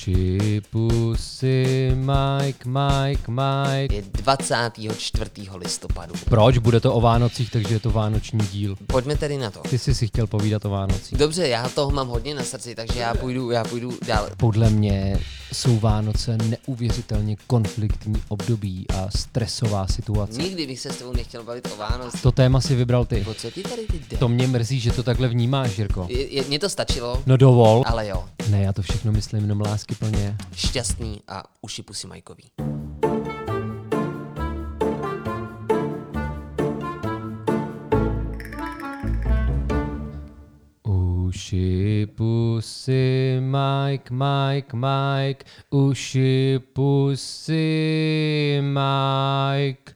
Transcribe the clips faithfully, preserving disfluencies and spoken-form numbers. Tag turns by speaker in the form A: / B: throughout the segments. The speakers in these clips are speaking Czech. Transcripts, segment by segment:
A: Uši, pusy, Mike, Mike, Mike.
B: Je dvacátého čtvrtého listopadu.
A: Proč? Bude to o Vánocích, takže je to vánoční díl.
B: Pojďme tedy na to.
A: Ty jsi si chtěl povídat o Vánocích.
B: Dobře, já toho mám hodně na srdci, takže já půjdu, já půjdu dál.
A: Podle mě jsou Vánoce neuvěřitelně konfliktní období a stresová situace.
B: Nikdy bych se s tebou nechtěl bavit o Vánoc.
A: To téma si vybral ty.
B: Po co ti tady ty jde?
A: To mě mrzí, že to takhle vnímáš, Jirko.
B: Je, je, mně to stačilo,
A: No dovol.
B: ale jo.
A: Ne, já to všechno myslím jenom lásky plně.
B: Šťastný a uši pusy Majkový.
A: Uši, pusy, Mike, Mike, Mike. Uši, pusy, Mike.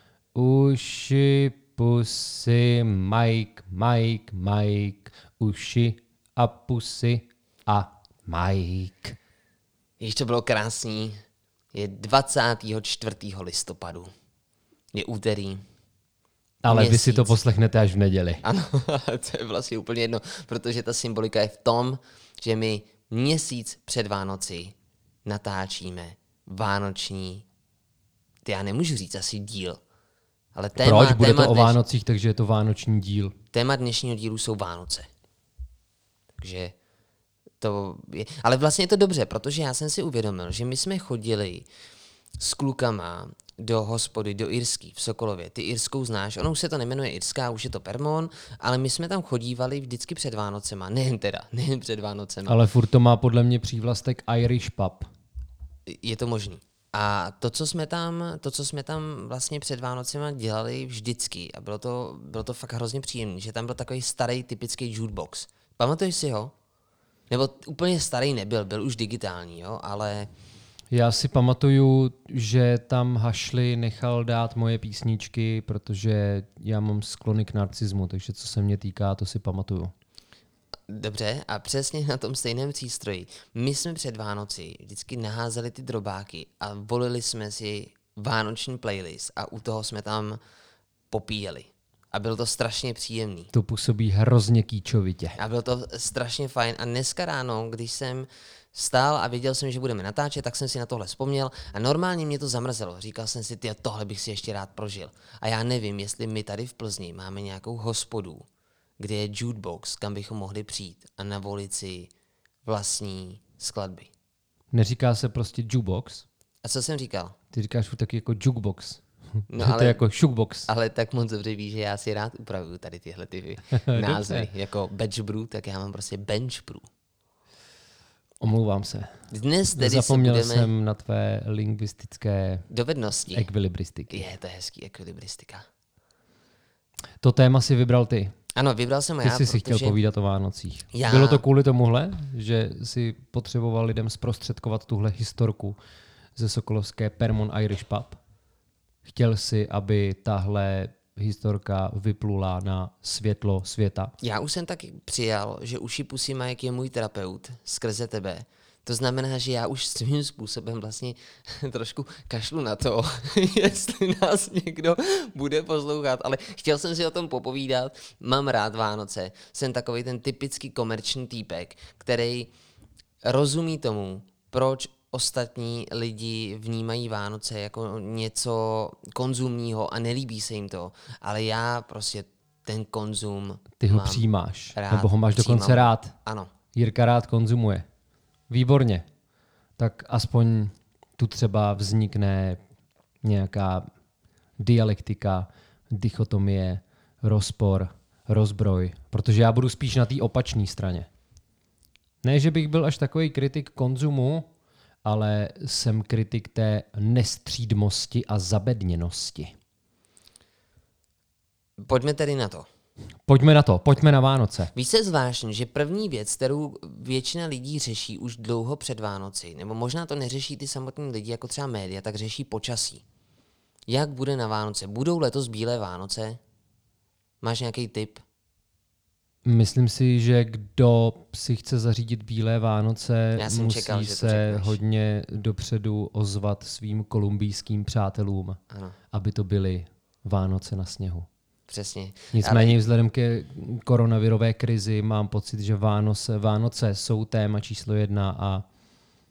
A: Uši, pusy, Mike, Mike, Mike. Uši a pusy a Mike.
B: Když to bylo krásný, je dvacátého čtvrtého listopadu. Je úterý.
A: Ale
B: Měsíc.
A: vy si to poslechnete až v neděli.
B: Ano, to je vlastně úplně jedno, protože ta symbolika je v tom, že my měsíc před Vánoci natáčíme vánoční, ty já nemůžu říct asi díl, ale téma,
A: Proč? Bude
B: téma
A: to o
B: dneš,
A: Vánocích, takže je to vánoční díl.
B: téma dnešního dílu jsou Vánoce. Takže to je, ale vlastně je to dobře, protože já jsem si uvědomil, že my jsme chodili s klukama do hospody, do Irský v Sokolově. Ty Irskou znáš, ono už se to nemenuje Irská, už je to Permon, ale my jsme tam chodívali vždycky před Vánocema, nejen teda, nejen před Vánocema.
A: Ale furt to má podle mě přívlastek Irish pub.
B: Je to možný. A to, co jsme tam, to, co jsme tam vlastně před Vánocema dělali vždycky, a bylo to, bylo to fakt hrozně příjemné, že tam byl takový starý typický jukebox. Pamatuješ si ho? Nebo úplně starý nebyl, byl už digitální, jo, ale
A: Já si pamatuju, že tam Hašli nechal dát moje písničky, protože já mám sklony k narcismu, takže co se mě týká, to si pamatuju.
B: dobře, a přesně na tom stejném přístroji. My jsme před Vánoci vždycky naházeli ty drobáky a volili jsme si vánoční playlist a u toho jsme tam popíjeli. A bylo to strašně příjemný.
A: To působí hrozně kýčovitě.
B: A bylo to strašně fajn. A dneska ráno, když jsem stál a věděl jsem, že budeme natáčet, tak jsem si na tohle vzpomněl a normálně mě to zamrzelo. Říkal jsem si, ty, tohle bych si ještě rád prožil. A já nevím, jestli my tady v Plzni máme nějakou hospodu, kde je jukebox, kam bychom mohli přijít a navolit si vlastní skladby.
A: Neříká se prostě jukebox?
B: A co jsem říkal?
A: Ty říkáš taky jako jukebox.
B: No
A: to
B: ale-
A: je jako shookbox.
B: Ale tak moc dobře víš, že já si rád upravuju tady tyhle ty názvy. Jako batch brew, tak já mám prostě bench brew.
A: Omlouvám se.
B: Dnes tedy
A: Zapomněl
B: se budeme
A: jsem na tvé lingvistické
B: dovednosti.
A: ekvilibristiky.
B: Je, to je hezký ekvilibristika.
A: To téma si vybral ty.
B: Ano, vybral jsem
A: Ty
B: já,
A: jsi si chtěl
B: protože
A: povídat o Vánocích.
B: Já-
A: Bylo to kvůli tomuhle, že si potřeboval lidem zprostředkovat tuhle historku ze sokolovské Permon Irish Pub? Chtěl si, aby tahle historka vyplula na světlo světa?
B: já už jsem tak přijal, že Uši pusy Mike je můj terapeut skrze tebe. To znamená, že já už svým způsobem vlastně trošku kašlu na to, jestli nás někdo bude poslouchat, ale chtěl jsem si o tom popovídat, mám rád Vánoce, jsem takový ten typický komerční týpek, který rozumí tomu, proč ostatní lidi vnímají Vánoce jako něco konzumního a nelíbí se jim to, ale já prostě ten konzum
A: Ty ho
B: mám
A: přijímáš,
B: rád,
A: nebo ho máš dokonce
B: přijímám.
A: rád.
B: Ano.
A: Jirka rád konzumuje. Výborně. Tak aspoň tu třeba vznikne nějaká dialektika, dichotomie, rozpor, rozbroj, protože já budu spíš na té opačné straně. Ne, že bych byl až takový kritik konzumu, ale jsem kritik té nestřídmosti a zabedněnosti.
B: Pojďme tedy na to.
A: Pojďme na to, pojďme na Vánoce.
B: Víš, co je zvláštní, že první věc, kterou většina lidí řeší už dlouho před Vánoci, nebo možná to neřeší ty samotní lidi, jako třeba média, tak řeší počasí. Jak bude na Vánoce? Budou letos bílé Vánoce? Máš nějaký tip?
A: Myslím si, že kdo si chce zařídit bílé Vánoce,
B: Já jsem
A: musí
B: čekal, že to
A: se
B: řekneš.
A: hodně dopředu ozvat svým kolumbijským přátelům,
B: Ano,
A: aby to byly Vánoce na sněhu.
B: přesně.
A: Nicméně ale vzhledem ke koronavirové krizi mám pocit, že Vánoce, Vánoce jsou téma číslo jedna a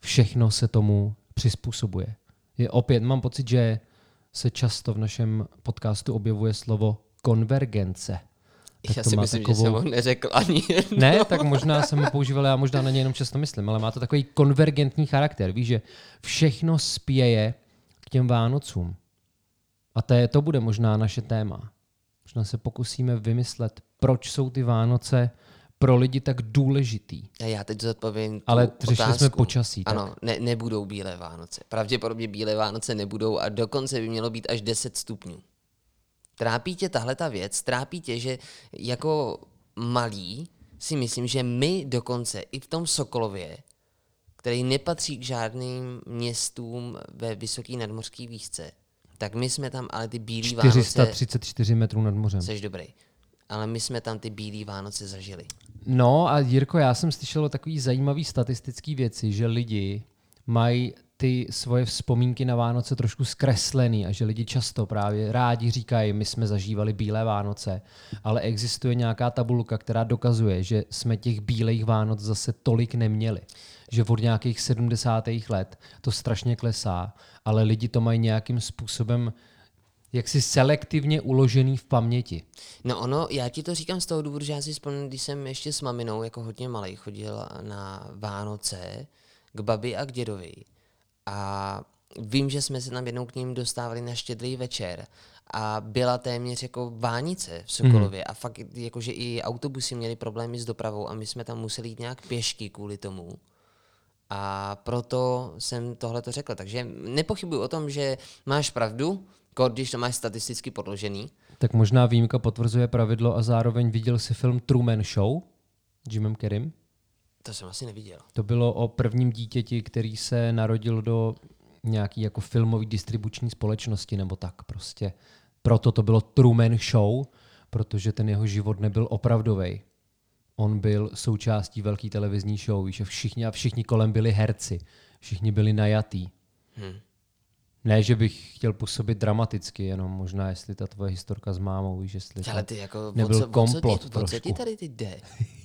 A: všechno se tomu přizpůsobuje. Je opět, mám pocit, že se často v našem podcastu objevuje slovo konvergence.
B: Tak já si myslím, takovou... že jsem ho neřekl ani jedno.
A: Ne, tak možná jsem ho používal, já možná na něj jenom často myslím, ale má to takový konvergentní charakter. Víš, že všechno spěje k těm Vánocům. A to, je, to bude možná naše téma. Možná se pokusíme vymyslet, proč jsou ty Vánoce pro lidi tak důležitý.
B: A já teď zodpovím tu
A: Ale řešili
B: otázku.
A: jsme počasí.
B: Ano,
A: tak.
B: ne, nebudou bílé Vánoce. Pravděpodobně bílé Vánoce nebudou a dokonce by mělo být až deset stupňů. Trápí tě tahle ta věc, trápí tě, že jako malí si myslím, že my dokonce i v tom Sokolově, který nepatří k žádným městům ve vysoké nadmořské výšce, tak my jsme tam ale ty bílý Vánoce...
A: čtyři sta třicet čtyři metrů nad mořem.
B: Jseš dobrý. Ale my jsme tam ty bílý Vánoce zažili.
A: No a Jirko, já jsem slyšel o takový zajímavý statistický věci, že lidi mají ty svoje vzpomínky na Vánoce trošku zkreslený a že lidi často právě rádi říkají, my jsme zažívali bílé Vánoce, ale existuje nějaká tabulka, která dokazuje, že jsme těch bílých Vánoc zase tolik neměli. Že od nějakých sedmdesátých let to strašně klesá, ale lidi to mají nějakým způsobem jaksi selektivně uložený v paměti.
B: No ono, já ti to říkám z toho důvodu, že já si vzpomínám, když jsem ještě s maminou jako hodně malej chodil na Vánoce k babi a k dědovi. A vím, že jsme se tam jednou k ním dostávali na Štědrý večer a byla téměř jako vánice v Sokolově mm. a fakt jakože i autobusy měly problémy s dopravou a my jsme tam museli jít nějak pěšky kvůli tomu. A proto jsem tohle to řekl. Takže nepochybuji o tom, že máš pravdu, když to máš statisticky podložený.
A: Tak možná výjimka potvrzuje pravidlo a zároveň viděl si film Truman Show s Jimem Carreym?
B: To jsem asi neviděl.
A: To bylo o prvním dítěti, který se narodil do nějaký jako filmový distribuční společnosti nebo tak prostě. Proto to bylo Truman Show, protože ten jeho život nebyl opravdovej. On byl součástí velké televizní show, víš, všichni a všichni kolem byli herci. Všichni byli najatý. Hmm. Ne, že bych chtěl působit dramaticky, jenom možná, jestli ta tvoje historka s mámou, víš, jestli
B: ale ty jako,
A: nebyl
B: co,
A: komplot
B: co ti,
A: trošku.
B: Co ti tady ty jde?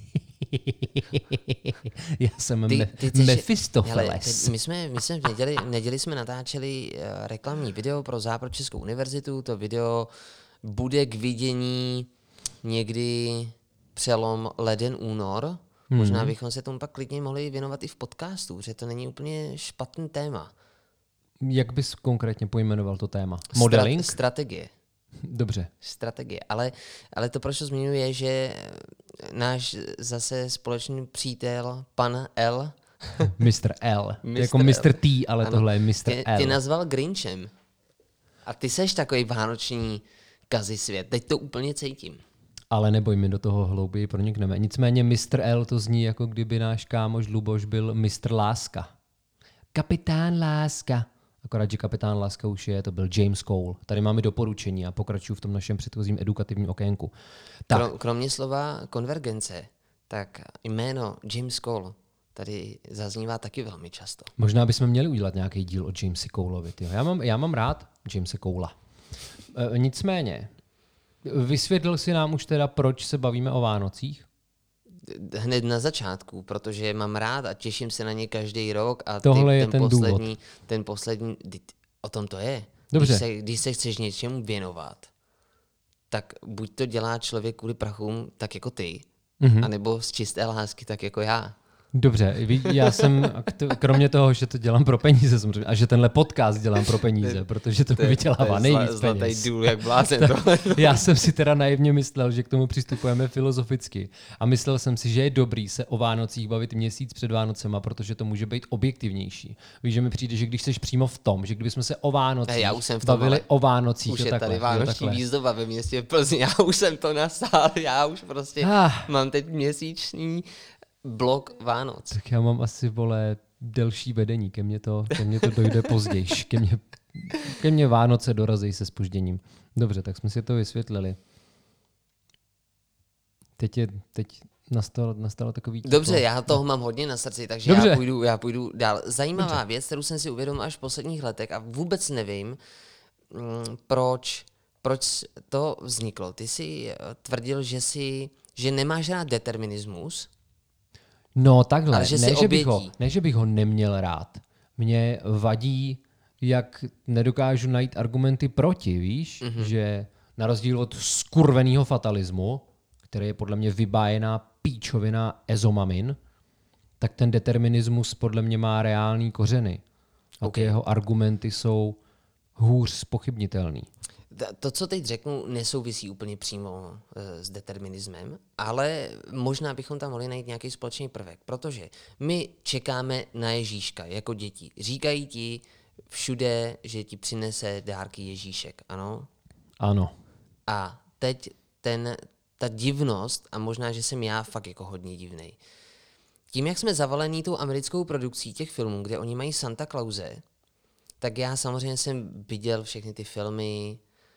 A: Já jsem
B: ty,
A: me-
B: ty chceš,
A: Mefistofeles.
B: Hele, my jsme, my jsme v neděli, v neděli jsme natáčeli uh, reklamní video pro Západočeskou univerzitu. To video bude k vidění někdy přelom leden, únor. Mm-hmm. Možná bychom se tomu pak klidně mohli věnovat i v podcastu, protože to není úplně špatný téma.
A: Jak bys konkrétně pojmenoval to téma? Modeling?
B: Strat- strategie.
A: Dobře.
B: Strategie. Ale, ale to, proč to zmiňuji, je, že náš zase společný přítel, pan L.
A: mister L.
B: mister
A: Jako mister T, ale ano, tohle je mister
B: tě,
A: L.
B: Tě nazval Grinchem. A ty seš takový vánoční kazisvět. Teď to úplně cítím.
A: Ale neboj, mi do toho hlouběji pronikneme. Nicméně mister L to zní, jako kdyby náš kámoš Luboš byl mister Láska. Kapitán Láska. Akorát, že kapitán Láska už je, to byl James Cole. Tady máme doporučení a pokračuju v tom našem předchozím edukativním okénku. Tak.
B: Kromě slova konvergence, tak jméno James Cole tady zaznívá taky velmi často.
A: Možná bychom měli udělat nějaký díl o Jamesi Coleovi. Já mám, já mám rád Jamese Colea. E, nicméně, vysvětlil si nám už teda, proč se bavíme o Vánocích?
B: Hned na začátku, protože mám rád a těším se na ně každý rok a
A: Tohle
B: ty,
A: je
B: ten,
A: ten
B: poslední,
A: důvod.
B: ten poslední, o tom to je.
A: Dobře.
B: Když se, když se chceš něčemu věnovat, tak buď to dělá člověk kvůli prachům, tak jako ty, mm-hmm. anebo z čisté lásky, tak jako já.
A: Dobře, já jsem, kromě toho, že to dělám pro peníze samozřejmě, a že tenhle podcast dělám pro peníze, protože to mi vydělává nejvíc
B: zla,
A: peněz.
B: Zlatý důl, jak blázen tohle.
A: Já jsem si teda naivně myslel, že k tomu přistupujeme filozoficky. A myslel jsem si, že je dobrý se o Vánocích bavit měsíc před Vánocema, protože to může být objektivnější. Víš, že mi přijde, že když seš přímo v tom, že kdybychom se o Vánocích
B: já už jsem v tom,
A: bavili o Vánocích,
B: už
A: je
B: je
A: takhle,
B: tady vánoční výzdoba ve městě Plzni, já už jsem to nasál, já už prostě ah. mám teď měsíční blok Vánoc.
A: Tak já mám asi, vole, delší vedení, ke mně to, ke mně to dojde později. Ke mně, ke mně Vánoce dorazí se zpožděním. Dobře, tak jsme si to vysvětlili. Teď, je, teď nastalo, nastalo takový...
B: Dobře, to... já toho mám hodně na srdci, takže já půjdu, já půjdu dál. Zajímavá Dobře. věc, kterou jsem si uvědomil až v posledních letech a vůbec nevím, proč, proč to vzniklo. Ty jsi tvrdil, že, jsi, že nemáš rád determinismus.
A: No takhle,
B: Ale že
A: ne,
B: se
A: že bych ho,
B: obětí.
A: ne, že bych ho neměl rád. Mě vadí, jak nedokážu najít argumenty proti, víš? Mm-hmm. Že na rozdíl od skurveného fatalismu, který je podle mě vybájená píčovina ezomamin, tak ten determinismus podle mě má reální kořeny. A
B: Okay.
A: ty jeho argumenty jsou hůř zpochybnitelný.
B: To, co teď řeknu, nesouvisí úplně přímo e, s determinismem, ale možná bychom tam mohli najít nějaký společný prvek, protože my čekáme na Ježíška jako děti. Říkají ti všude, že ti přinese dárky Ježíšek, ano?
A: Ano.
B: A teď ten, ta divnost, a možná, že jsem já fakt jako hodně divnej, tím, jak jsme zavalení tou americkou produkcí těch filmů, kde oni mají Santa Clause, tak já samozřejmě jsem viděl všechny ty filmy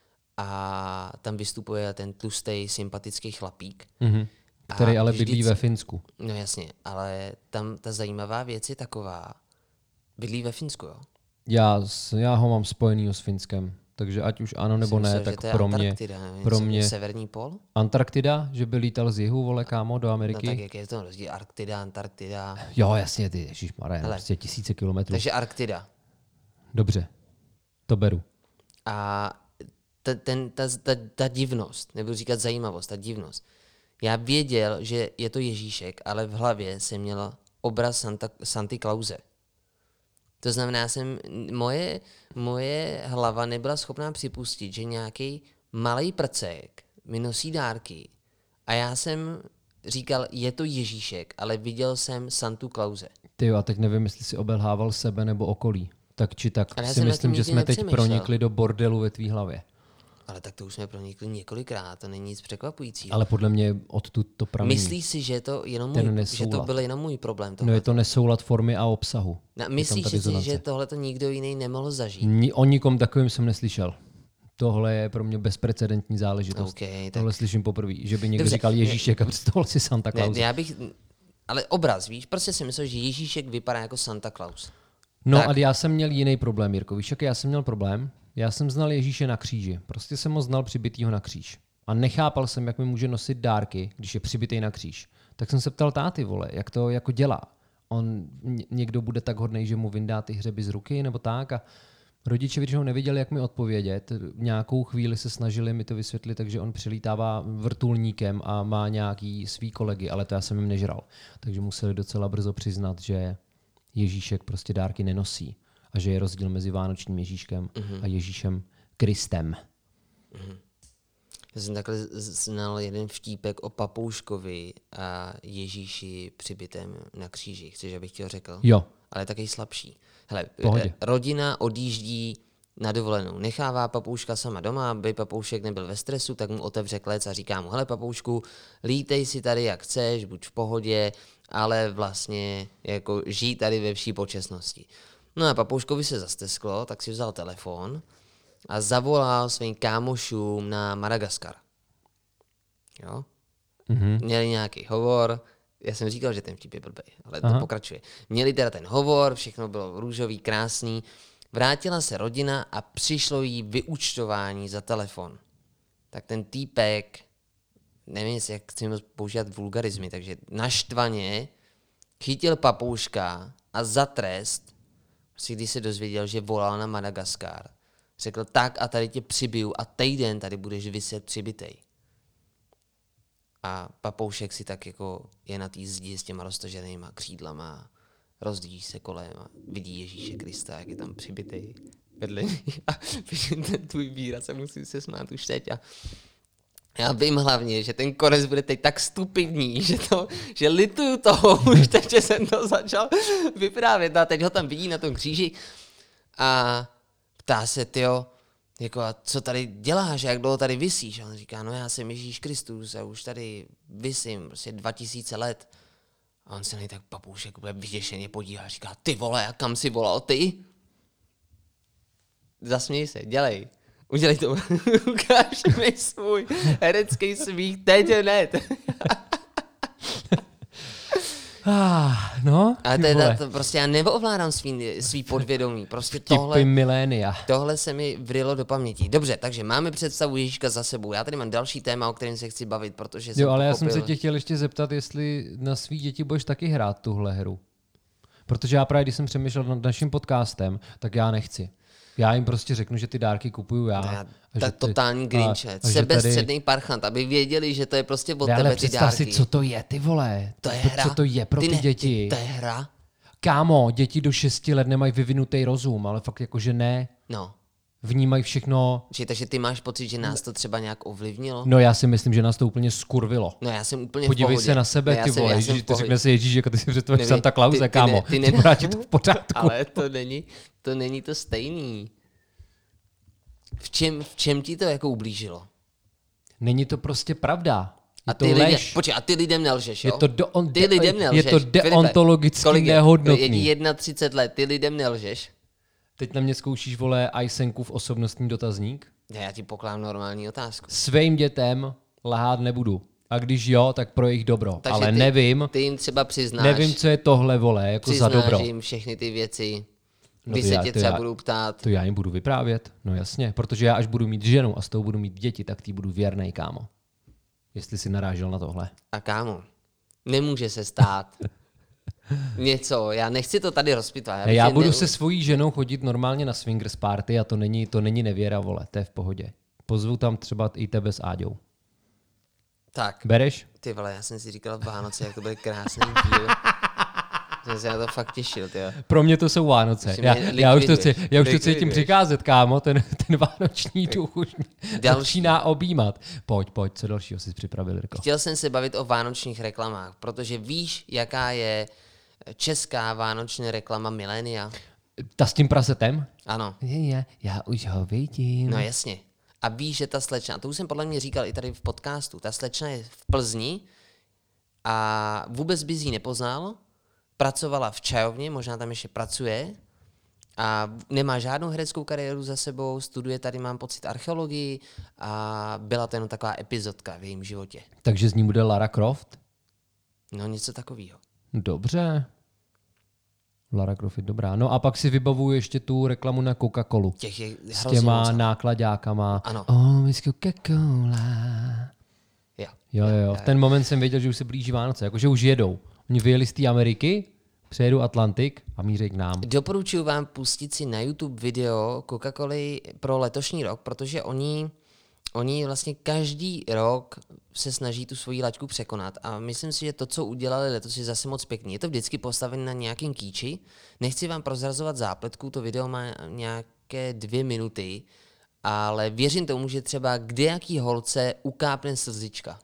B: a tam vystupuje ten tlustej, sympatický chlapík.
A: Mhm. Který
B: A
A: ale
B: vždycky-
A: bydlí ve Finsku.
B: No jasně, ale tam ta zajímavá věc je taková, bydlí ve Finsku, jo?
A: Já, s- já ho mám spojenýho s Finskem, takže ať už ano nebo
B: Jsem
A: ne,
B: myslel,
A: tak
B: že to je
A: pro mě
B: Antarktida, nevím,
A: pro
B: co-
A: mě-
B: Severní pol?
A: Antarktida, že by lítal z jihu, vole kámo, do
B: No
A: Ameriky.
B: tak jak je to rozdíl? Arktida, Antarktida.
A: Jo, jasně, ty, ježišmarja,
B: Hele.
A: prostě tisíce kilometrů.
B: Takže Arktida.
A: Dobře, to beru.
B: A ta, ten, ta, ta, ta divnost, nebudu říkat zajímavost, ta divnost. Já věděl, že je to Ježíšek, ale v hlavě jsem měl obraz Santa, Santy Clause. To znamená, já jsem, moje, moje hlava nebyla schopná připustit, že nějaký malý prcek mi nosí dárky. A já jsem říkal, je to Ježíšek, ale viděl jsem Santu Clause.
A: Ty jo, a teď nevím, jestli si obelhával sebe nebo okolí. Tak či tak
B: Ale já
A: si
B: jsem nad
A: myslím,
B: tím
A: že
B: nikdy
A: jsme teď
B: nepřemýšlel.
A: pronikli do bordelu ve tvý hlavě.
B: Ale tak to už jsme pronikli několikrát, to není nic překvapujícího.
A: Ale podle mě odtud to pramení.
B: Myslíš si, že je to jenom
A: Ten
B: můj, že
A: nesoulad.
B: to byl jenom můj problém?
A: No
B: Tohle?
A: je to nesoulad formy a obsahu.
B: Na,
A: Je tam
B: myslíš
A: ta
B: si,
A: disonance.
B: že tohle to nikdo jiný nemohl zažít?
A: Ni, o nikom takovým jsem neslyšel. Tohle je pro mě bezprecedentní záležitost.
B: Okay, tak...
A: Tohle slyším poprvé, že by někdo
B: Dobře,
A: říkal Ježíšek a představoval si Santa
B: Ne,
A: Claus.
B: já bych... Ale obraz, víš? Prostě si myslel, že Ježíšek vypadá jako Santa Claus.
A: No
B: tak.
A: a já jsem měl jiný problém, Jirko. Víš, jaký já jsem měl problém? Já jsem znal Ježíše na kříži. Prostě jsem ho znal přibitýho na kříž. A nechápal jsem, jak mi může nosit dárky, když je přibitý na kříž. Tak jsem se ptal táty, vole, jak to jako dělá. On ně- někdo bude tak hodnej, že mu vyndá ty hřeby z ruky, nebo tak. A rodiče většinou nevěděli, jak mi odpovědět. Nějakou chvíli se snažili mi to vysvětlit, takže on přilítává vrtulníkem a má nějaký svý kolegy, ale to já jsem jim nežral. Takže museli docela brzo přiznat, že Ježíšek prostě dárky nenosí a že je rozdíl mezi vánočním Ježíškem mm-hmm. a Ježíšem Kristem.
B: Já jsem takhle z- znal jeden vtípek o papouškovi a Ježíši přibitém na kříži. Chceš, abych ti ho řekl?
A: Jo,
B: Ale taky slabší. Hele,
A: Pohodě.
B: eh, rodina odjíždí na dovolenou. Nechává papouška sama doma, aby papoušek nebyl ve stresu, tak mu otevře klec a říká mu, hele papoušku, lítej si tady jak chceš, buď v pohodě, ale vlastně jako žij tady ve vší počestnosti. No a papouškovi se zastesklo, tak si vzal telefon a zavolal svým kámošům na Madagaskar. Jo?
A: mm-hmm.
B: Měli nějaký hovor, já jsem říkal, že ten vtip je blbej, ale
A: Aha.
B: to pokračuje. Měli teda ten hovor, všechno bylo růžový, krásný. Vrátila se rodina a přišlo jí vyúčtování za telefon. Tak ten týpek, nevím, jestli jak chci moc používat vulgarizmy, takže naštvaně chytil papouška a za trest, prostě když se dozvěděl, že volal na Madagaskar, řekl tak a tady tě přibiju a týden tady budeš viset přibitej. A papoušek si tak jako je na té zdi s těma roztaženýma křídlama, rozdíží se kolem a vidí Ježíše Krista, jak je tam přibitej vedle něj. A vidím ten tvůj výraz a musím se smát už teď. A já vím hlavně, že ten konec bude teď tak stupidní, že, to, že lituju toho už teď, že jsem to začal vyprávět. A teď ho tam vidí na tom kříži a ptá se, tyjo, jako a co tady děláš, jak dlouho tady visíš? A on říká, no já jsem Ježíš Kristus a už tady visím prostě dva tisíce let. A on se na něj tak papoušek úplně vyděšeně podívá a říká, ty vole, a kam jsi volal ty? Zasměj se, dělej. Udělej to. Ukáž mi svůj herecký smích teď hned.
A: Ah, no,
B: Ale
A: ty
B: to, je,
A: vole.
B: to prostě já neovládám svý, svý podvědomí. Prostě
A: Tipy
B: tohle,
A: milénia.
B: tohle se mi vrylo do paměti. Dobře, takže máme představu Ježíška za sebou. Já tady mám další téma, o kterém se chci bavit, protože jsem
A: Jo, ale já
B: pochopil...
A: jsem se tě chtěl ještě zeptat, jestli na svý děti budeš taky hrát tuhle hru. Protože já právě, když jsem přemýšlel nad naším podcastem, tak já nechci. Já jim prostě řeknu, že ty dárky kupuju já.
B: Já,
A: a
B: tak
A: že ty-
B: totální grinch,
A: a- a že
B: sebestředný parchant, aby věděli, že to je prostě od
A: Ne, ale
B: tebe ty
A: představ si,
B: dárky.
A: co to je, ty vole.
B: To je
A: Co-
B: hra.
A: Co to je pro
B: Ty
A: ty,
B: ne,
A: děti?
B: Ty, to je hra.
A: Kámo, děti do šesti let nemají vyvinutý rozum, ale fakt jakože ne.
B: No.
A: Vnímají všechno.
B: Či, takže ty máš pocit, že nás to třeba nějak ovlivnilo?
A: No já si myslím, že nás to úplně skurvilo.
B: No já jsem úplně v
A: Podívej
B: pohodě.
A: se na sebe,
B: Ne, já
A: ty
B: jsem-
A: vole,
B: já jsem v
A: Ježíš, ty
B: pohodě.
A: řekne se Ježíš, jako ty si představíš
B: Nevím,
A: Santa
B: ty-
A: Clause,
B: ty
A: kámo.
B: ne- ty
A: Ty
B: ne-
A: pořád ti to v pořádku.
B: Ale to není, to není to stejný. V čem, v čem ti to jako ublížilo?
A: Není to prostě pravda. Je
B: A
A: to
B: ty lidé,
A: lež.
B: počkej, a ty lidem nelžeš, jo?
A: Je to, do, on,
B: Ty lidem
A: je
B: nelžeš.
A: to
B: Filipe,
A: deontologicky
B: kolik je?
A: nehodnotný.
B: Je ti třicet jedna let, ty lidem nelžeš?
A: Teď na mě zkoušíš, vole, Isenkův osobnostní dotazník.
B: Ne, já ti pokládám normální otázku.
A: Svým dětem lhát nebudu. A když jo, tak pro jejich dobro.
B: Takže
A: Ale
B: ty,
A: nevím,
B: Ty jim třeba přiznáš,
A: nevím, co je tohle, vole, jako za
B: přiznáš
A: dobro.
B: jim všechny ty věci,
A: No
B: kdy
A: to
B: se
A: já-
B: tě
A: to
B: třeba
A: já-
B: budou ptát.
A: To já jim budu vyprávět, no jasně. Protože já až budu mít ženu a s tou budu mít děti, tak tý budu věrnej, kámo. Jestli si narážel na tohle.
B: A kámo, nemůže se stát něco, já nechci to tady rozpitvat.
A: Já,
B: bych
A: já
B: tě
A: budu
B: ne-
A: se svojí ženou chodit normálně na swingers party a to není, to není nevěra, vole, to je v pohodě. Pozvu tam třeba i tebe s Áďou.
B: Tak,
A: Bereš?
B: ty vole, já jsem si říkal v Vánoce, jak to bude krásný díl. Jsem se na to fakt těšil, ty.
A: Pro mě to jsou Vánoce.
B: Že
A: Já,
B: mě
A: já, už to,
B: likviduješ,
A: chci- já už to cítím
B: likviduješ.
A: přicházet, kámo, ten, ten vánoční duch už mě
B: Další.
A: začíná objímat. Pojď, pojď, co dalšího jsi připravil, Jirko?
B: Chtěl jsem se bavit o vánočních reklamách, protože víš, jaká je česká vánoční reklama milénia?
A: Ta s tím prasetem?
B: Ano,
A: Je, je, já už ho vidím.
B: no jasně. A víš, že ta slečna, to už jsem podle mě říkal i tady v podcastu, ta slečna je v Plzni a vůbec bys ji nepoznal, pracovala v čajovně, možná tam ještě pracuje a nemá žádnou hereckou kariéru za sebou, studuje tady, mám pocit, archeologii a byla to jenom taková epizodka v jejím životě.
A: Takže z ní bude Lara Croft?
B: No něco takového.
A: Dobře. Lara Croft je dobrá. No a pak si vybavuju ještě tu reklamu na Coca-Colu.
B: Těch je
A: S
B: hrozně
A: těma
B: moc.
A: nákladákama.
B: Ano.
A: Oh, it's Coca-Cola.
B: Jo.
A: Jo, jo, jo. V ten moment jsem věděl, že už se blíží Vánoce. Jakože už jedou. Oni vyjeli z té Ameriky, přejedou Atlantik a míří k nám.
B: Doporučuji vám pustit si na YouTube video Coca-Coly pro letošní rok, protože oni, oni vlastně každý rok se snaží tu svoji laťku překonat a myslím si, že to, co udělali letos, je zase moc pěkný. Je to vždycky postavené na nějakým kýči. Nechci vám prozrazovat zápletku, to video má nějaké dvě minuty, ale věřím tomu, že třeba kdejaký holce ukápne slzička.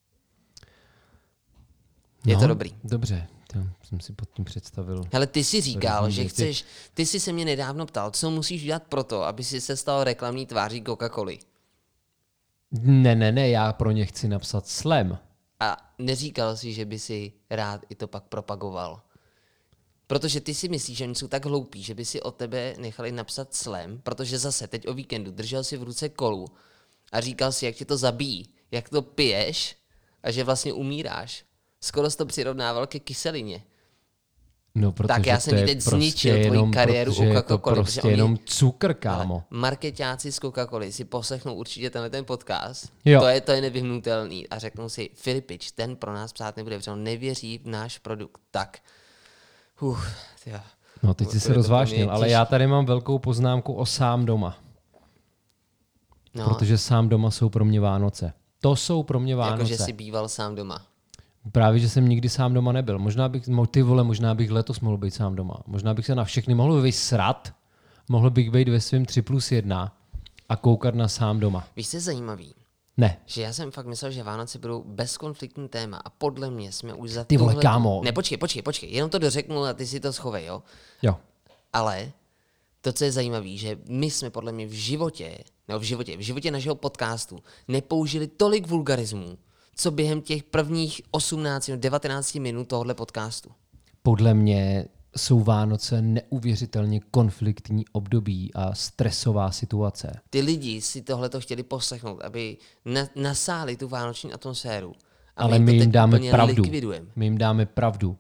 B: Je
A: No,
B: to dobrý.
A: Dobře, to jsem si pod tím představil.
B: Hele, ty si říkal,
A: Různý
B: že
A: věci.
B: chceš, ty jsi se mě nedávno ptal, co musíš udělat proto, aby si se stal reklamní tváří Coca-Coly.
A: Ne, ne, ne, já pro ně chci napsat slam.
B: A neříkal si, že by si rád i to pak propagoval. Protože ty si myslíš, že oni jsou tak hloupí, že by si od tebe nechali napsat slam, protože zase teď o víkendu držel si v ruce kolu a říkal si, jak tě to zabíjí, jak to piješ a že vlastně umíráš. Skoro jsi to přirovnával ke kyselině.
A: No, protože
B: Tak já jsem
A: to
B: ti
A: je
B: teď
A: prostě
B: zničil tvoji
A: jenom,
B: kariéru
A: protože
B: u
A: je to
B: Coca-Coly, protože
A: prostě
B: oni-
A: jenom cukr,
B: Ale
A: kámo.
B: marketáci z Coca-Coly si poslechnou určitě tenhle ten podcast.
A: Jo.
B: To je, to je nevyhnutelný. A řeknou si, Filipič, ten pro nás psát nebude, protože on nevěří v náš produkt. Tak. Uf, tyjo.
A: No, teď
B: To
A: jsi
B: je
A: se
B: to pro
A: rozvášnil,
B: mě
A: ale
B: těžký.
A: já tady mám velkou poznámku o sám doma.
B: No,
A: Protože sám doma jsou pro mě Vánoce. To jsou pro mě Vánoce.
B: jakože jsi býval sám doma.
A: Právě, že jsem nikdy sám doma nebyl. Možná bych, mo- ty vole, možná bych letos mohl být sám doma. Možná bych se na všechny mohl vysrat, mohl bych být ve svém tři plus jedna a koukat na sám doma.
B: Víš, co je zajímavý?
A: Ne.
B: Že já jsem fakt myslel, že Vánoce budou bezkonfliktní téma a podle mě jsme už za
A: Ty vole,
B: tuhle-
A: kámo.
B: Ne, počkej, počkej, počkej, jenom to dořeknu a ty si to schovej, jo?
A: Jo.
B: Ale to, co je zajímavé, že my jsme podle mě v životě, nebo v životě, v životě našeho podcastu nepoužili tolik vulgarismů, co během těch prvních osmnácti nebo devatenácti minut tohohle podcastu.
A: Podle mě jsou Vánoce neuvěřitelně konfliktní období a stresová situace.
B: Ty lidi si tohle to chtěli poslechnout, aby na, nasáli tu vánoční atmosféru. A
A: Ale
B: my
A: my
B: to
A: jim
B: teď
A: dáme
B: úplně
A: pravdu.
B: likvidujeme.
A: My jim dáme pravdu.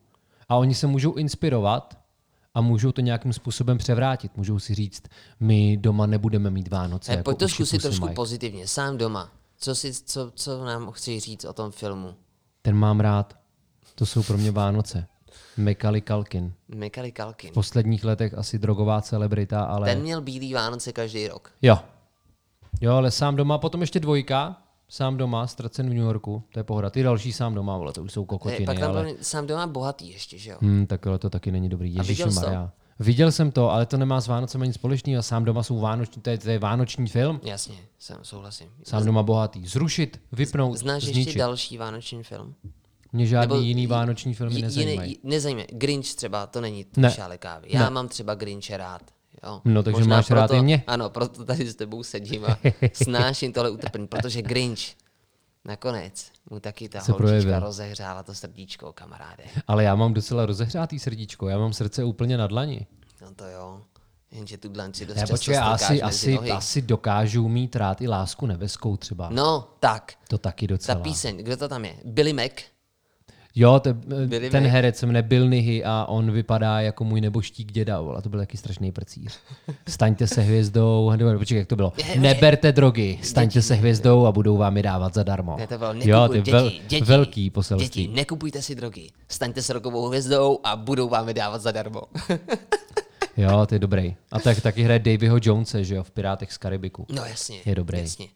A: A oni se můžou inspirovat a můžou to nějakým způsobem převrátit. Můžou si říct, my doma nebudeme mít Vánoce.
B: Hey,
A: jako
B: pojď to zkusit trošku
A: mají.
B: pozitivně, sám doma. Co, si, co, co nám chci říct o tom filmu?
A: Ten mám rád. To jsou pro mě Vánoce. Macaulay Culkin.
B: Macaulay Culkin.
A: V posledních letech asi drogová celebrita, ale...
B: Ten měl bílý Vánoce každý rok.
A: Jo. Jo, ale sám doma, potom ještě dvojka. Sám doma, ztracen v New Yorku. To je pohoda. Ty další sám doma, vole, to už jsou kokotiny.
B: Hey, pak tam
A: ale...
B: byl sám doma bohatý ještě, že jo?
A: Hmm, takhle to taky není dobrý.
B: Ježišmarja.
A: Viděl jsem to, ale to nemá s Vánocem nic společného. Sám doma jsou vánoční, to je, to je vánoční film.
B: Jasně, jsem, souhlasím.
A: Sám doma bohatý. Zrušit, vypnout,
B: Znáš
A: zničit.
B: ještě další vánoční film?
A: Mě žádný
B: Nebo
A: jiný
B: j-
A: vánoční filmy
B: J-
A: nezajímají.
B: Jiný, nezajímají. Grinch třeba, to není
A: Ne.
B: šále kávy. Já
A: Ne.
B: mám třeba Grinche rád. Jo.
A: No, takže
B: Možná
A: máš rád
B: proto,
A: i mě.
B: Ano, proto tady s tebou sedím a snáším tohle utrpení, protože Grinch nakonec mu taky ta
A: Se
B: holčička
A: projevil.
B: rozehřála to srdíčko, kamaráde.
A: Ale já mám docela rozehřátý srdíčko, já mám srdce úplně na dlani.
B: No to jo, jenže tu dlanci dost
A: Já
B: často
A: počkej, já
B: strkáš
A: asi,
B: mezi
A: asi,
B: nohy.
A: asi dokážu mít rád i lásku nebeskou třeba.
B: No, tak,
A: To taky
B: ta
A: docela.
B: píseň, kdo to tam je? Billy Mac?
A: Jo, te,
B: Billy
A: ten
B: Mac.
A: herec se jmenuje Bill Nighy a on vypadá jako můj neboštík děda, vole, a to byl taky strašný prcíř. Staňte se hvězdou, nebo počkej, jak to bylo?
B: Je,
A: Neberte drogy, staňte se hvězdou a budou vám je dávat zadarmo.
B: Ne, to bylo,
A: Jo,
B: nekupuj,
A: ty vel,
B: děti, děti,
A: velký poselství.
B: Děti, nekupujte si drogy, staňte se rokovou hvězdou a budou vám je dávat zadarmo.
A: Jo, to je dobrý. A tak taky hraje Davyho Jonese, že jo, v Pirátech z Karibiku.
B: No jasně.
A: Je dobrý.
B: Jasně.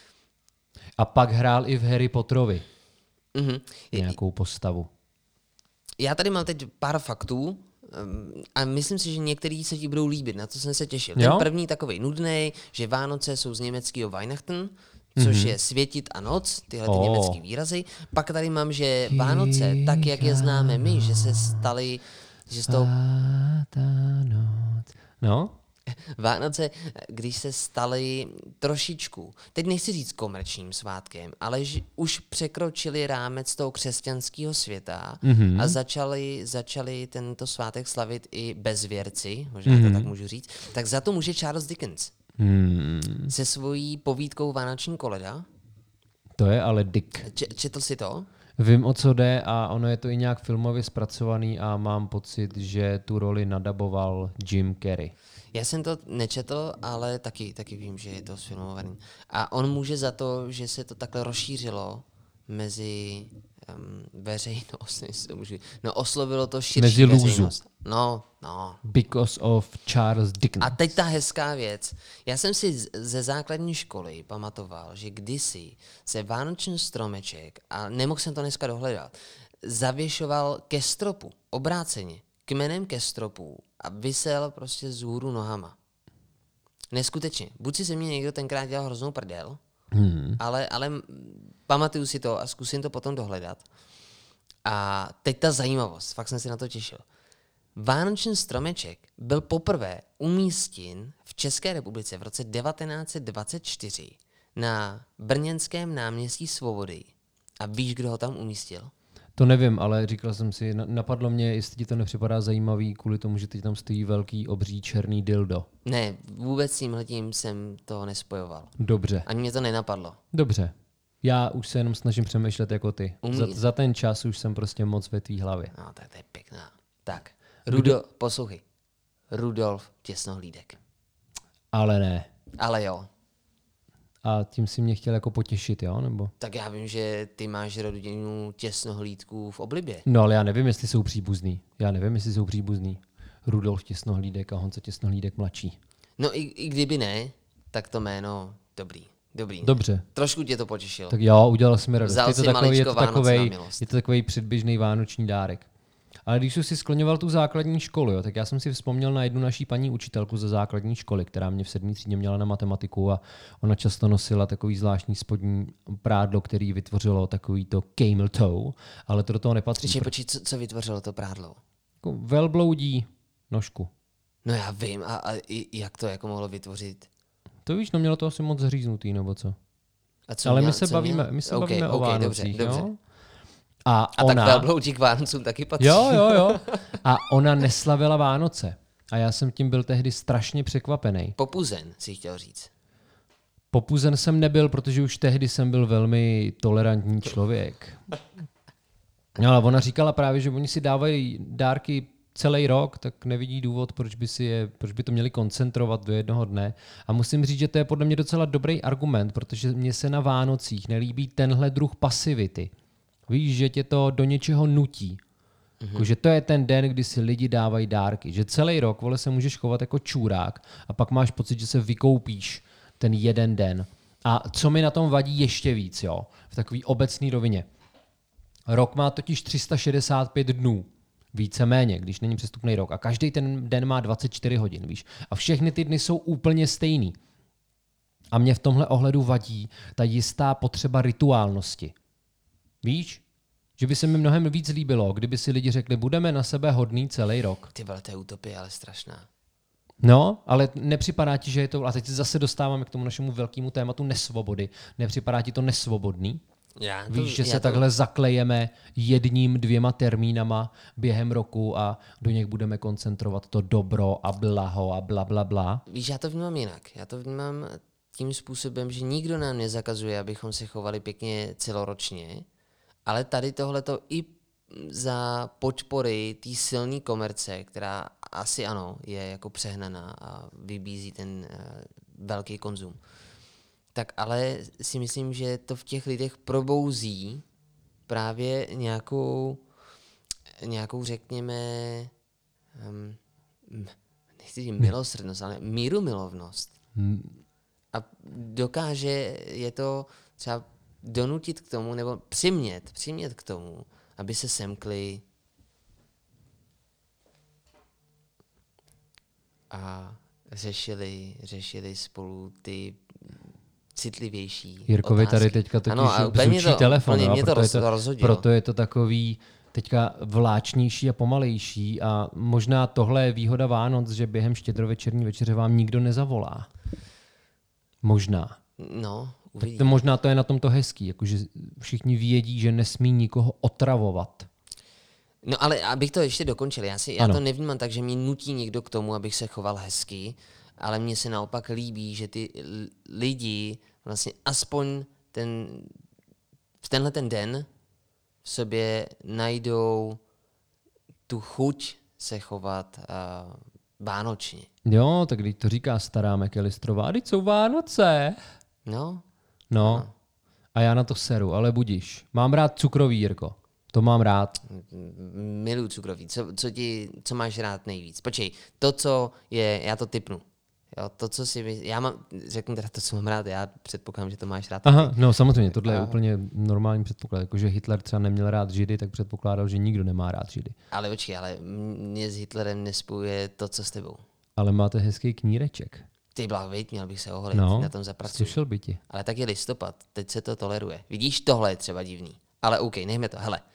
A: A pak hrál i v Harry Potterovi
B: Mhm. Je-
A: nějakou postavu.
B: Já tady mám teď pár faktů um, a myslím si, že některý se ti budou líbit, na to jsem se těšil. Ten
A: Jo?
B: první takový nudný, že Vánoce jsou z německého Weihnachten, což mm-hmm. je světit a noc, tyhle ty
A: Oh.
B: německý výrazy. Pak tady mám, že Vánoce, tak jak je známe my, že se staly, že z toho
A: A ta noc. No?
B: Vánoce, když se staly trošičku, teď nechci říct komerčním svátkem, ale že už překročili rámec toho křesťanského světa mm-hmm. a začali, začali tento svátek slavit i bezvěrci, možná mm-hmm. to tak můžu říct, tak za to může Charles Dickens
A: Hmm,
B: se svojí povídkou Vánoční koleda.
A: to je ale Dick.
B: Č- četl si to?
A: Vím, o co jde a ono je to i nějak filmově zpracovaný a mám pocit, že tu roli nadaboval Jim Carrey.
B: Já jsem to nečetl, ale taky, taky vím, že je to sfilmovaný. A on může za to, že se to takhle rozšířilo mezi um, veřejnost, jestli to můžu, no oslovilo to širší
A: Mezi lůzu.
B: veřejnost. No, no.
A: Because of Charles Dickens.
B: A teď ta hezká věc. Já jsem si z- ze základní školy pamatoval, že kdysi se vánoční stromeček, a nemohl jsem to dneska dohledat, zavěšoval ke stropu, obráceně, kmenem ke stropu a visel prostě z hůru nohama. Neskutečně. Buď si se mě někdo tenkrát dělal hroznou prdel,
A: Hmm.
B: ale, ale m, pamatuju si to a zkusím to potom dohledat. A teď ta zajímavost, fakt jsem si na to těšil. Vánoční stromeček byl poprvé umístěn v České republice v roce devatenáct set dvacet čtyři na brněnském náměstí Svobody. A víš, kdo ho tam umístil?
A: To nevím, ale říkal jsem si, na- napadlo mě, jestli ti to nepřipadá zajímavý kvůli tomu, že teď tam stojí velký, obří, černý dildo.
B: Ne, vůbec s tímhletím jsem to nespojoval.
A: Dobře,
B: Ani mě to nenapadlo.
A: dobře. Já už se jenom snažím přemýšlet jako ty.
B: Umí-
A: Za, za ten čas už jsem prostě moc ve tvý hlavě.
B: No, tak to je pěkná. Tak, Rudo, poslouchej. Rudolf Těsnohlídek.
A: Ale ne.
B: Ale jo,
A: A tím si mě chtěl jako potěšit, jo? Nebo?
B: tak já vím, že ty máš rodinu Těsnohlídků v oblibě.
A: No ale já nevím, jestli jsou příbuzný. Já nevím, jestli jsou příbuzný. Rudolf Těsnohlídek a Honza Těsnohlídek mladší.
B: No i, i kdyby ne, tak to jméno dobrý. Dobrý.
A: Dobře.
B: Trošku tě to potěšilo.
A: Tak jo, udělal jsem mi radost.
B: Vzal
A: Je to
B: si
A: takový, je
B: maličko
A: to
B: Vánoc
A: takovej,
B: na milost.
A: je to takový předběžný vánoční dárek. Ale když jsi si skloňoval tu základní školu, jo, tak já jsem si vzpomněl na jednu naší paní učitelku ze základní školy, která mě v sedmý třídě měla na matematiku a ona často nosila takový zvláštní spodní prádlo, který vytvořilo takový to camel toe, ale to do toho nepatří.
B: Ještě počít, co, co vytvořilo to prádlo?
A: Jako velbloudí nožku.
B: No já vím, a, a i- jak to jako mohlo vytvořit?
A: To víš, no mělo to asi moc zříznutý, nebo co?
B: A co
A: Ale
B: měl,
A: my se
B: co
A: bavíme,
B: měl?
A: my se
B: Ok,
A: bavíme o
B: ok,
A: Vánocích,
B: dobře, dobře.
A: jo? A,
B: A
A: ona...
B: tak velbloudí k Vánocům taky patří.
A: Jo, jo, jo. A ona neslavila Vánoce. A já jsem tím byl tehdy strašně překvapený.
B: Popuzen, si chtěl říct.
A: Popuzen jsem nebyl, protože už tehdy jsem byl velmi tolerantní člověk. No, ale ona říkala právě, že oni si dávají dárky celý rok, tak nevidí důvod, proč by, si je, proč by to měli koncentrovat do jednoho dne. A musím říct, že to je podle mě docela dobrý argument, protože mně se na Vánocích nelíbí tenhle druh pasivity. Víš, že tě to do něčeho nutí. Mm-hmm. Jako, že to je ten den, kdy si lidi dávají dárky. Že celý rok, vole, se můžeš chovat jako čurák a pak máš pocit, že se vykoupíš ten jeden den. A co mi na tom vadí ještě víc, jo, v takové obecné rovině. Rok má totiž tři sta šedesát pět dnů. Víceméně, když není přestupný rok. A každý ten den má dvacet čtyři hodin, víš. A všechny ty dny jsou úplně stejný. A mě v tomhle ohledu vadí ta jistá potřeba rituálnosti. Víš? Že by se mi mnohem víc líbilo, kdyby si lidi řekli, budeme na sebe hodný celý rok.
B: Ty vole, to je utopie, ale strašná.
A: No, ale nepřipadá ti, že je to... A teď se zase dostáváme k tomu našemu velkému tématu nesvobody. Nepřipadá ti to nesvobodný?
B: Já to,
A: Víš, že
B: já
A: se
B: to...
A: takhle zaklejeme jedním, dvěma termínama během roku a do něch budeme koncentrovat to dobro a blaho a bla, bla, bla.
B: Víš, já to vnímám jinak. Já to vnímám tím způsobem, že nikdo nám nezakazuje, abychom se chovali pěkně celoročně, ale tady tohleto i za podpory té silné komerce, která asi ano, je jako přehnaná a vybízí ten uh, velký konzum. Tak ale si myslím, že to v těch lidech probouzí právě nějakou, nějakou řekněme, um, nechci říct milosrdnost, ale mírumilovnost. A dokáže je to třeba donutit k tomu, nebo přimět, přimět k tomu, aby se semkli a řešili, řešili spolu ty citlivější
A: Jirkovi
B: otázky.
A: tady teďka totiž
B: ano, a
A: zvučí
B: to,
A: telefon, no,
B: mě to
A: proto,
B: roz,
A: je to,
B: rozhodilo.
A: proto je to takový teďka vláčnější a pomalejší a možná tohle je výhoda Vánoc, že během štědrovečerní večeře vám nikdo nezavolá. Možná.
B: No,
A: tak to možná to je na tom to hezký, jakože všichni vědí, že nesmí nikoho otravovat.
B: No ale abych to ještě dokončil, já, si, já to nevnímám tak, že mě nutí někdo k tomu, abych se choval hezky, ale mně se naopak líbí, že ty lidi vlastně aspoň ten, v tenhle ten den v sobě najdou tu chuť se chovat uh, vánočně.
A: Jo, tak když to říká stará McAllisterová, teď jsou Vánoce.
B: No.
A: No. Aha. A já na to seru, ale budíš. Mám rád cukrový, Jirko. To mám rád.
B: Miluji cukrový. Co, co, ti, co máš rád nejvíc? Počkej, to, co je, já to tipnu. Jo, to, co si, já mám, řeknu teda to, co mám rád, já předpokládám, že to máš rád.
A: Aha, no samozřejmě, tohle je úplně normální předpoklad. Jakože Hitler třeba neměl rád Židy, tak předpokládal, že nikdo nemá rád Židy.
B: Ale počkej, ale mě s Hitlerem nespojuje to, co s tebou.
A: Ale máte hezký kníreček.
B: Ty blahvejt, měl bych se oholit,
A: no,
B: na tom zapracuji.
A: Slušel by ti.
B: Ale tak je listopad, teď se to toleruje. Vidíš, tohle je třeba divný. Ale OK, nechme to, hele.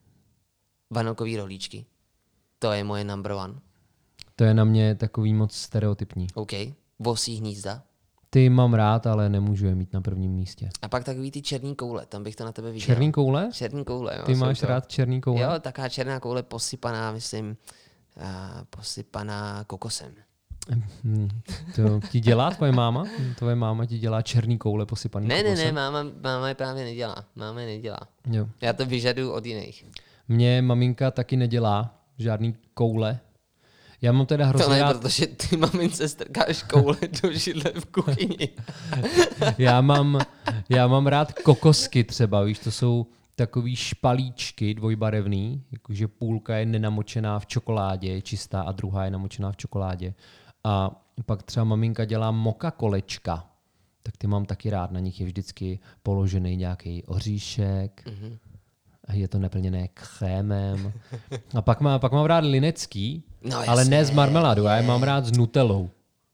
B: Vanilkový rohlíčky, to je moje number one.
A: To je na mě takový moc stereotypní.
B: OK, vosí hnízda.
A: Ty mám rád, ale nemůžu je mít na prvním místě.
B: A pak takový ty černý koule, tam bych to na tebe viděl.
A: Černý koule?
B: Černý koule, jo.
A: Ty máš to... rád černý koule?
B: Jo, taká černá koule posypaná, myslím, uh, posypaná kokosem.
A: Hmm, to ti dělá tvoje máma? Tvoje máma ti dělá černý koule posypaný
B: ne,
A: kokosem?
B: Ne, ne, máma, máma je právě nedělá. Máma je nedělá.
A: Jo.
B: Já to vyžaduju od jiných.
A: Mě maminka taky nedělá žádný koule. Já mám teda hrozně
B: to ne,
A: rád...
B: protože ty mamince strkáš koule do židle v kuchyni.
A: já, mám, já mám rád kokosky třeba, víš, to jsou takový špalíčky dvojbarevný, jakože půlka je nenamočená v čokoládě, je čistá a druhá je namočená v čokoládě. A pak třeba maminka dělá moka kolečka, tak ty mám taky rád, na nich je vždycky položený nějaký oříšek, mm-hmm. je to naplněné krémem. A pak, má, pak mám rád linecký, no, ale ne s marmeládou, já je mám rád s nutellou.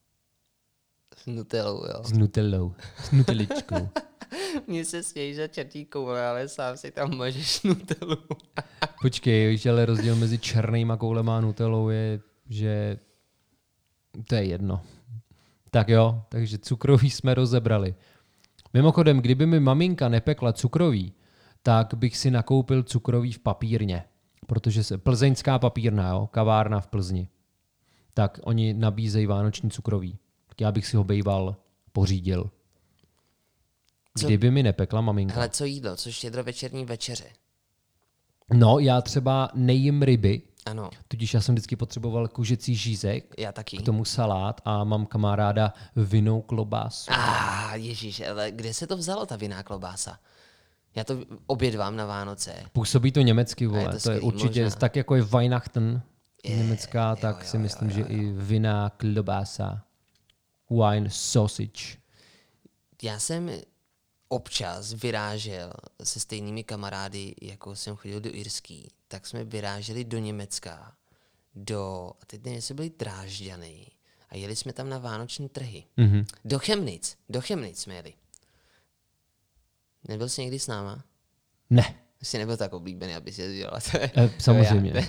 B: S nutellou, jo.
A: S nutellou, s nuteličkou.
B: Mně se smějí za čertí koule, ale sám si tam mažeš nutelu.
A: Počkej, víš, ale rozdíl mezi černýma koulema a nutellou je, že to je jedno. Tak jo, takže cukroví jsme rozebrali. Mimochodem, kdyby mi maminka nepekla cukroví, tak bych si nakoupil cukroví v papírně. Protože se plzeňská papírna, jo, kavárna v Plzni. Tak oni nabízejí vánoční cukroví. Tak já bych si ho bejval pořídil. Co? Kdyby mi nepekla maminka.
B: Ale co jídlo, co štědrovečerní večeře?
A: No, já třeba nejím ryby,
B: Ano,
A: tudíž já jsem vždycky potřeboval kuřecí žízek,
B: já taky.
A: k tomu salát a mám kamaráda vinnou klobásu.
B: Ah, ježíš, ale kde se to vzalo, ta vinná klobása? Já to obědvám na Vánoce.
A: Působí to německy, vole.
B: to
A: To, to je
B: skvělý,
A: určitě
B: možná.
A: tak jako je Weihnachten
B: Je,
A: německá,
B: jo,
A: tak
B: jo,
A: si
B: jo,
A: myslím,
B: jo,
A: že i vinná klobása. Wine sausage.
B: Já jsem občas vyrážel se stejnými kamarády, jako jsem chodil do Irský, tak jsme vyráželi do Německa, do, a teď nevím, jestli byly Drážďany, a jeli jsme tam na vánoční trhy.
A: Mhm.
B: Do Chemnitz, do Chemnitz jsme jeli. Nebyl jsi někdy s náma?
A: Ne,
B: Jsi nebyl tak oblíbený, aby si jezdil.
A: eh, samozřejmě.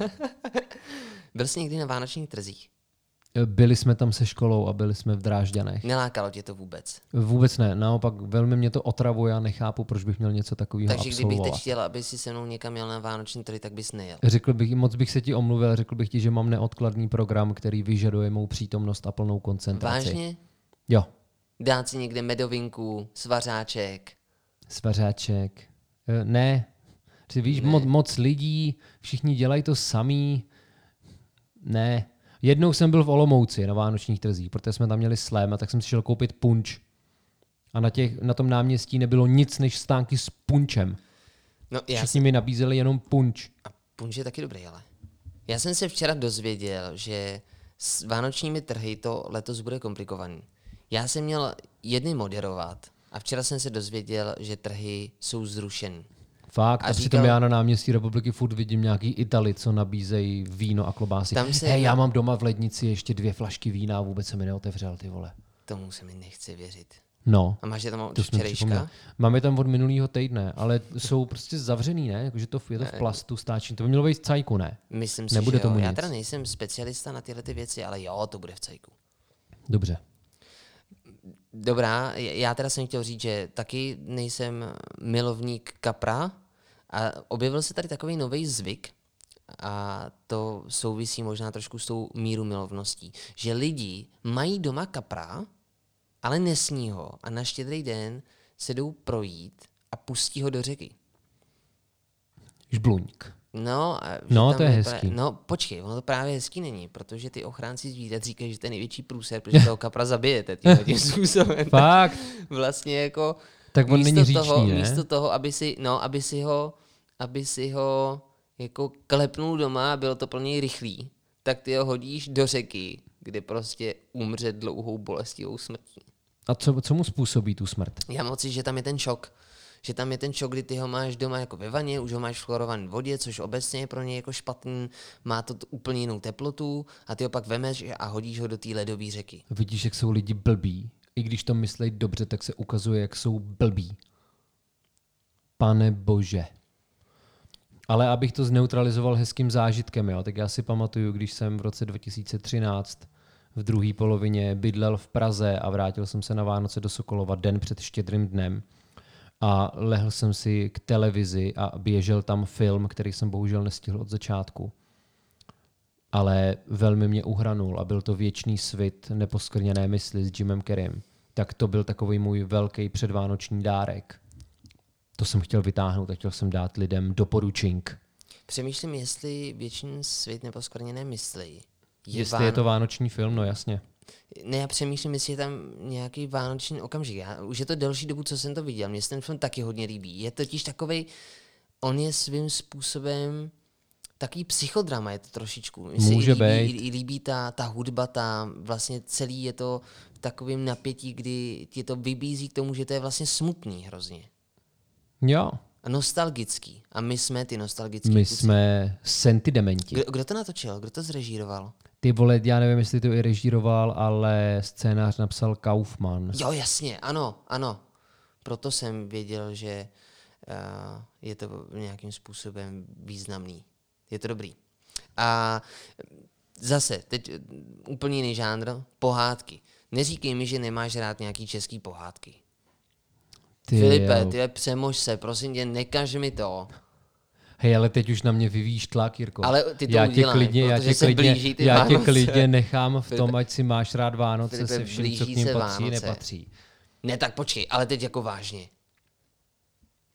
B: Byl jsi někdy na vánočních trzích?
A: Byli jsme tam se školou a byli jsme v Drážďanech.
B: Nelákalo tě to vůbec?
A: Vůbec ne, naopak velmi mě to otravuje a nechápu, proč bych měl něco takového
B: Takže kdybych
A: absolvovat.
B: teď chtěl, aby si se mnou někam jel na vánoční trhy, tak bys nejel.
A: Řekl bych, moc bych se ti omluvil, řekl bych ti, že mám neodkladný program, který vyžaduje mou přítomnost a plnou koncentraci.
B: Vážně?
A: Jo,
B: Dát si někde medovinku, svařáček.
A: svařáček. Eh, Ne, ty víš,
B: Ne.
A: moc, moc lidí, všichni dělají to samý. Ne. Jednou jsem byl v Olomouci na vánočních trzích, protože jsme tam měli slém a tak jsem si šel koupit punč. A na, těch, na tom náměstí nebylo nic než stánky s punčem.
B: No, já
A: Všichni mi nabízeli jenom punč.
B: A punč je taky dobrý, ale. Já jsem se včera dozvěděl, že s vánočními trhy to letos bude komplikovaný. Já jsem měl jedny moderovat a včera jsem se dozvěděl, že trhy jsou zrušeny.
A: Fakt, a,
B: A
A: přitom
B: říkal-
A: já na náměstí Republiky furt vidím nějaký Itali, co nabízejí víno a klobásy.
B: Tam se-
A: Hej, já mám doma v lednici ještě dvě flašky vína a vůbec se mi neotevřel, ty vole.
B: Tomu se mi nechce věřit.
A: No,
B: A máš je tam od
A: to jsem připomněl.
B: včerejška?
A: Máme tam od minulého týdne, ale jsou prostě zavřený, ne? Jakože to je to v plastu stáčí. To by mělo být v cajku, ne?
B: Myslím si,
A: Nebude
B: že jo.
A: tomu
B: Já
A: nic.
B: teda nejsem specialista na tyhle ty věci, ale jo, to bude v cajku.
A: Dobře.
B: Dobrá, já teda jsem chtěl říct, že taky nejsem milovník kapra a objevil se tady takový nový zvyk a to souvisí možná trošku s tou míru milovností, že lidi mají doma kapra, ale nesní ho a na Štědrý den se jdou projít a pustí ho do řeky.
A: Žbluňk.
B: No, a že
A: No,
B: tam
A: to je
B: pra-
A: hezký.
B: No, počkej, ono to právě hezký není, protože ty ochránci zvířat říkají, že to je největší průser, protože toho kapra zabijete tímhle tím způsobem.
A: Fakt?
B: Vlastně jako
A: Tak on
B: místo
A: není říčný,
B: toho,
A: ne?
B: místo toho, aby si, no, aby si ho, aby si ho jako klepnul doma a bylo to pro něj rychlý, tak ty ho hodíš do řeky, kde prostě umře dlouhou bolestivou smrtí.
A: A co, co mu způsobí tu smrt?
B: Já mám pocit, že tam je ten šok. Že tam je ten šok, kdy ty ho máš doma jako ve vaně, už ho máš v chlorované vodě, což obecně je pro něj jako špatný, má to t- úplně jinou teplotu a ty ho pak vemeš a hodíš ho do té ledové řeky.
A: Vidíš, jak jsou lidi blbí. I když to myslej dobře, tak se ukazuje, jak jsou blbí. Pane bože. Ale abych to zneutralizoval hezkým zážitkem, jo, tak já si pamatuju, když jsem v roce dva tisíce třináct v druhé polovině bydlel v Praze a vrátil jsem se na Vánoce do Sokolova den před Štědrým dnem a lehl jsem si k televizi a běžel tam film, který jsem bohužel nestihl od začátku. Ale velmi mě uhranul a byl to Věčný svit neposkvrněné mysli s Jimem Carreym. Tak to byl takový můj velký předvánoční dárek. To jsem chtěl vytáhnout a chtěl jsem dát lidem doporučink.
B: Přemýšlím, jestli Věčný svět neposkvrněné mysli. Je
A: Jestli je to vánoční film, no jasně.
B: Ne, já přemýšlím, jestli je tam nějaký vánoční okamžik. Já, už je to delší dobu, co jsem to viděl. Mně se ten film taky hodně líbí. Je totiž takovej, on je svým způsobem takový psychodrama, je to trošičku. Mně se
A: Může
B: i líbí,
A: být.
B: i, i líbí ta, ta hudba tam, vlastně celý je to v takovém napětí, kdy tě to vybízí k tomu, že to je vlastně smutný hrozně.
A: Jo,
B: A nostalgický. A my jsme ty nostalgický
A: my
B: kluci.
A: jsme sentidementi.
B: Kdo, kdo to natočil? Kdo to zrežíroval?
A: Ty vole, já nevím, jestli to i režíroval, ale scénář napsal Kaufman.
B: Jo, jasně, ano, ano. Proto jsem věděl, že uh, je to nějakým způsobem významný. Je to dobrý. A zase, teď eh, úplně jiný žánr, pohádky. Neříkej mi, že nemáš rád nějaký český pohádky.
A: Ty
B: Filipe,
A: jo.
B: ty přemož se, prosím tě, nekaž mi to.
A: Hej, ale teď už na mě vyvíjíš tlak, Jirko.
B: Ale ty to
A: já tě
B: udělej,
A: klidně, já
B: protože
A: tě
B: se
A: klidně,
B: blíží ty
A: já tě
B: Vánoce.
A: klidně nechám v
B: Filipe-
A: tom, ať si máš rád Vánoce
B: Filipe,
A: se vším, co k
B: blíží
A: ním
B: se
A: patří,
B: Vánoce.
A: nepatří.
B: Ne, tak počkej, ale teď jako vážně.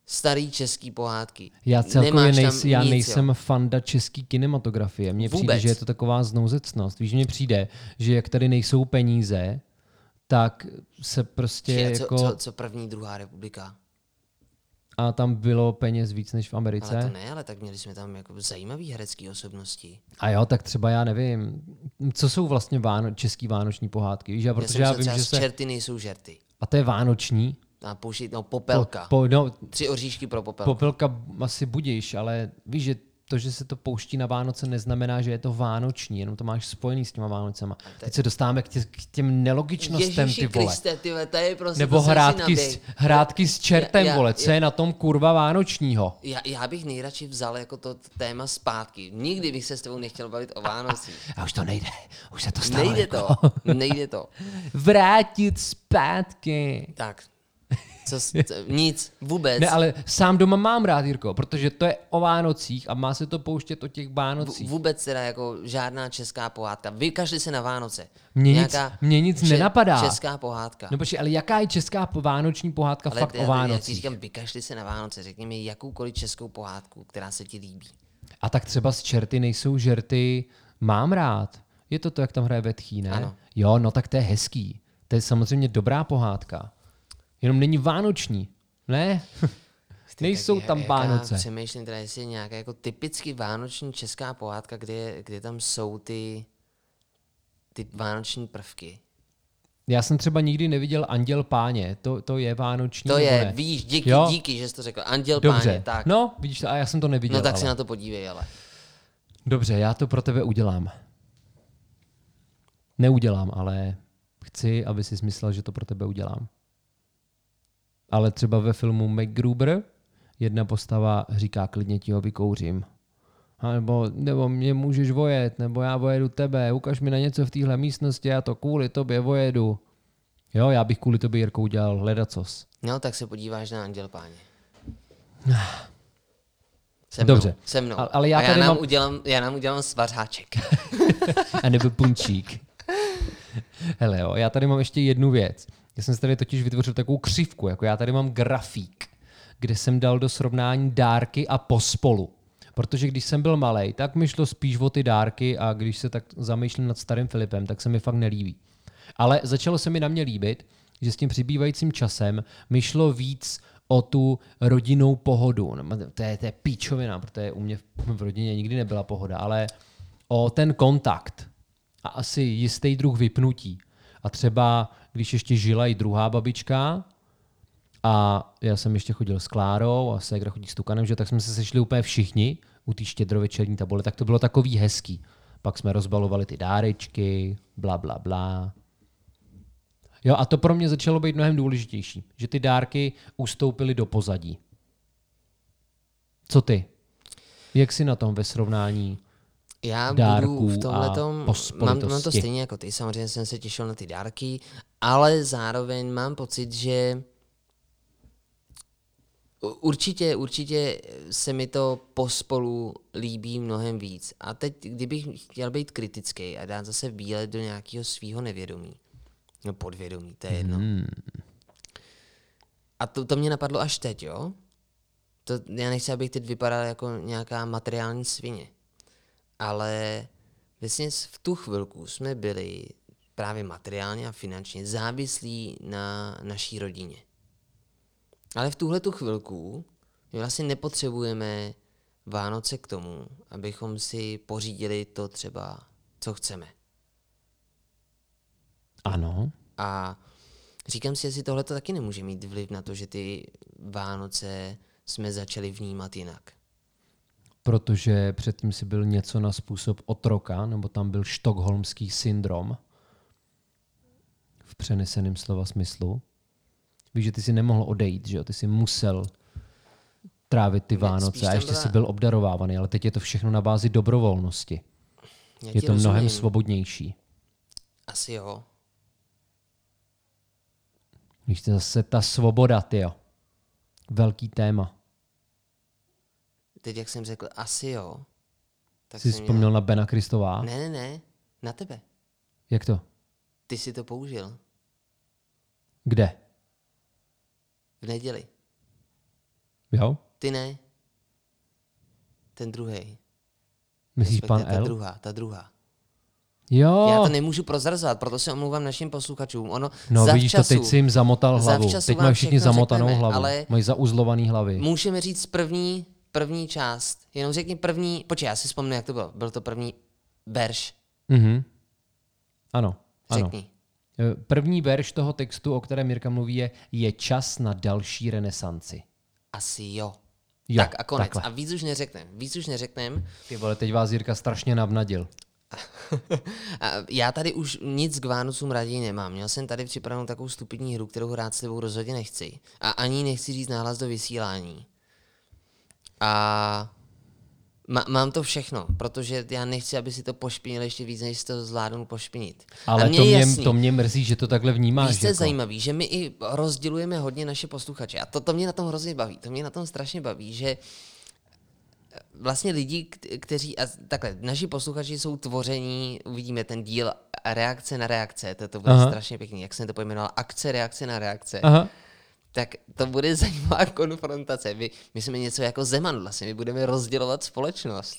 B: starý český pohádky.
A: Já celkově nejsem, já
B: nic,
A: nejsem
B: jo.
A: fanda český kinematografie. Mně přijde,
B: Vůbec.
A: že je to taková znouzecnost. Víš, mně přijde, že jak tady nejsou peníze, tak se prostě
B: Je, co,
A: jako...
B: co, co první, druhá republika?
A: A tam bylo peněz víc než v Americe.
B: Ale to ne, ale tak měli jsme tam jako zajímavý herecký osobnosti.
A: A jo, tak třeba já nevím, co jsou vlastně váno, český vánoční pohádky. Víš, já, protože
B: já,
A: já
B: jsem
A: vím, že se...
B: Čerty nejsou žerty.
A: A to je vánoční.
B: A použít, no, popelka.
A: Po, po, no,
B: Tři oříšky pro popelku.
A: popelka asi budíš, ale víš, že to, že se to pouští na Vánoce, neznamená, že je to vánoční, jenom to máš spojený s těma Vánocema. Teď se dostáváme k, tě, k těm nelogičnostem,
B: Ježiši
A: ty vole.
B: Kriste, ty vole, to je prostě...
A: Nebo
B: to jsem si
A: hrátky s,
B: naběh.
A: hrátky s čertem,
B: Já- já-
A: vole. Co je na tom kurva vánočního?
B: Já, já bych nejradši vzal jako to téma zpátky. Nikdy bych se s tebou nechtěl bavit o Vánocích.
A: A už to nejde. Už se to stalo.
B: Nejde
A: jako.
B: to, nejde to.
A: Vrátit zpátky.
B: Tak, co, s- co, nic, vůbec.
A: Ne, ale sám doma mám rád, Jirko, protože to je o Vánocích a má se to pouštět o těch
B: V-
A: Vánocích.
B: Vůbec teda jako žádná česká pohádka. Vykažli se na Vánoce.
A: Mně nic,
B: Nějaká
A: mně nic
B: če-
A: nenapadá.
B: Česká pohádka.
A: No počkej, ale jaká je česká po- vánoční pohádka
B: Ale
A: fakt
B: já,
A: o
B: já ti
A: Vánocích?
B: říkám, vykažli se na Vánoce. Řekni mi jakoukoliv českou pohádku, která se ti líbí.
A: A tak třeba z čerty nejsou žerty, mám rád. Je to to, jak tam hraje Vetchý, ne?
B: Ano.
A: Jo, no tak to je hezký. To je samozřejmě dobrá pohádka. Jenom není vánoční. Ne? Nejsou
B: Tak
A: tam
B: jaká-
A: Vánoce.
B: Přemýšlím teda, jestli je nějaká jako typicky vánoční česká pohádka, kde, kde tam jsou ty, ty vánoční prvky.
A: Já jsem třeba nikdy neviděl Anděl Páně. To, to je vánoční,
B: To
A: nebo
B: je,
A: ne?
B: víš, díky,
A: Jo?
B: díky, že jsi to řekl. Anděl
A: Dobře.
B: Páně, tak.
A: No, vidíš to, a já jsem to neviděl.
B: No tak
A: ale.
B: si na to podívej, ale.
A: Dobře, já to pro tebe udělám. Neudělám, ale chci, aby si myslel, že to pro tebe udělám. Ale třeba ve filmu MacGruber jedna postava říká, klidně ti ho vykouřím. A nebo, nebo mě můžeš vojet, nebo já vojedu tebe, ukaž mi na něco v téhle místnosti, já to kvůli tobě vojedu. Jo, já bych kvůli tobě, Jirko, udělal ledacos.
B: No, tak se podíváš na Anděl Páně. Se mnou,
A: Dobře.
B: Se mnou.
A: Ale- ale já
B: A já
A: tady
B: nám,
A: mám-
B: udělám, já nám udělám svařáček.
A: A nebo punčík. Hele jo, já tady mám ještě jednu věc. Já jsem si tady totiž vytvořil takovou křivku, jako já tady mám grafík, kde jsem dal do srovnání dárky a pospolu. Protože když jsem byl malej, tak mi šlo spíš o ty dárky a když se tak zamýšlím nad starým Filipem, tak se mi fakt nelíbí. Ale začalo se mi na mě líbit, že s tím přibývajícím časem mi šlo víc o tu rodinnou pohodu. No, To je, to je píčovina, protože u mě v, v rodině nikdy nebyla pohoda, ale o ten kontakt a asi jistý druh vypnutí. A třeba, když ještě žila i druhá babička, a já jsem ještě chodil s Klárou a ségra chodí s Tukanem, že tak jsme se sešli úplně všichni u té štědrovečerní tabule, tak to bylo takový hezký. Pak jsme rozbalovali ty dárečky, bla, bla, bla. Jo, a to pro mě začalo být mnohem důležitější, že ty dárky ustoupily do pozadí. Co ty? Jak jsi na tom ve srovnání?
B: Já
A: Dárků
B: budu v
A: a
B: tomhletom, mám,
A: pospolitosti.
B: mám to stejně jako ty, samozřejmě jsem se těšil na ty dárky, ale zároveň mám pocit, že určitě, určitě se mi to pospolu líbí mnohem víc. A teď, kdybych chtěl být kritický a dát zase výlet do nějakého svého nevědomí, no podvědomí, to je jedno.
A: Hmm.
B: A to, to mě napadlo až teď, jo? To, já nechci, abych teď vypadal jako nějaká materiální svině. Ale vlastně v tu chvilku jsme byli právě materiálně a finančně závislí na naší rodině. Ale v tuhle tu chvilku my vlastně nepotřebujeme Vánoce k tomu, abychom si pořídili to třeba, co chceme.
A: Ano.
B: A říkám si, jestli tohle to taky nemůže mít vliv na to, že ty Vánoce jsme začali vnímat jinak.
A: Protože předtím si byl něco na způsob otroka, nebo tam byl štokholmský syndrom v přeneseném slova smyslu. Víš, že ty si nemohl odejít, že jo? Ty si musel trávit ty
B: Ne,
A: Vánoce
B: spíš
A: a
B: tam
A: ještě
B: byla-
A: si byl obdarovávaný, ale teď je to všechno na bázi dobrovolnosti.
B: Já
A: Je
B: ti
A: to mnohem
B: rozumím.
A: svobodnější.
B: Asi jo.
A: Víš, to je zase ta svoboda, tyjo. Velký téma.
B: Teď, jak jsem řekl, asi jo. Tak
A: Jsi
B: jsem
A: vzpomněl
B: měl...
A: na Bena Kristová?
B: Ne, ne, ne. Na tebe.
A: Jak to?
B: Ty si to použil.
A: Kde?
B: V neděli.
A: Jo?
B: Ty ne. Ten druhej.
A: Myslíš pan
B: ta
A: L?
B: druhá, ta druhá.
A: Jo.
B: Já to nemůžu prozrazovat, proto se omlouvám našim posluchačům. Ono
A: No
B: zavčasu,
A: vidíš to, teď si jim zamotal hlavu.
B: zavčasu
A: Teď
B: vám
A: mají všichni
B: všechno
A: zamotanou
B: řekneme,
A: hlavu.
B: ale
A: Mají zauzlovaný hlavy.
B: můžeme říct první, první část. Jenom řekni první, počkej, já si vzpomenu, jak to bylo. Byl to první verš.
A: Mhm. Ano, ano.
B: Řekni.
A: První verš toho textu, o kterém Jirka mluví, je je čas na další renesanci.
B: Asi jo.
A: Jo,
B: Tak a konec.
A: takhle.
B: A víc už neřeknem. Víc už neřeknem.
A: Ty vole, teď vás Jirka strašně navnadil.
B: A já tady už nic k Vánocům raději nemám. Měl jsem tady připravenou takovou stupidní hru, kterou hrát s tebou rozhodně nechci. A ani nechci říct nahlas do vysílání. A má, mám to všechno, protože já nechci, aby si to pošpinil ještě víc, než si to zvládnu pošpinit.
A: Ale
B: A mě
A: to,
B: je
A: mě,
B: jasný,
A: to mě mrzí, že to takhle vnímáš.
B: víš, co je
A: jako.
B: zajímavý, že my i rozdělujeme hodně naše posluchače. A to, to mě na tom hrozně baví. To mě na tom strašně baví, že vlastně lidi, kteří, a takhle, naši posluchači jsou tvoření, uvidíme ten díl reakce na reakce, to, to bude
A: Aha.
B: strašně pěkný, jak jsem to pojmenoval, akce, reakce na reakce.
A: Aha.
B: Tak to bude zajímavá konfrontace. My, my jsme něco jako Zeman vlastně, my budeme rozdělovat společnost.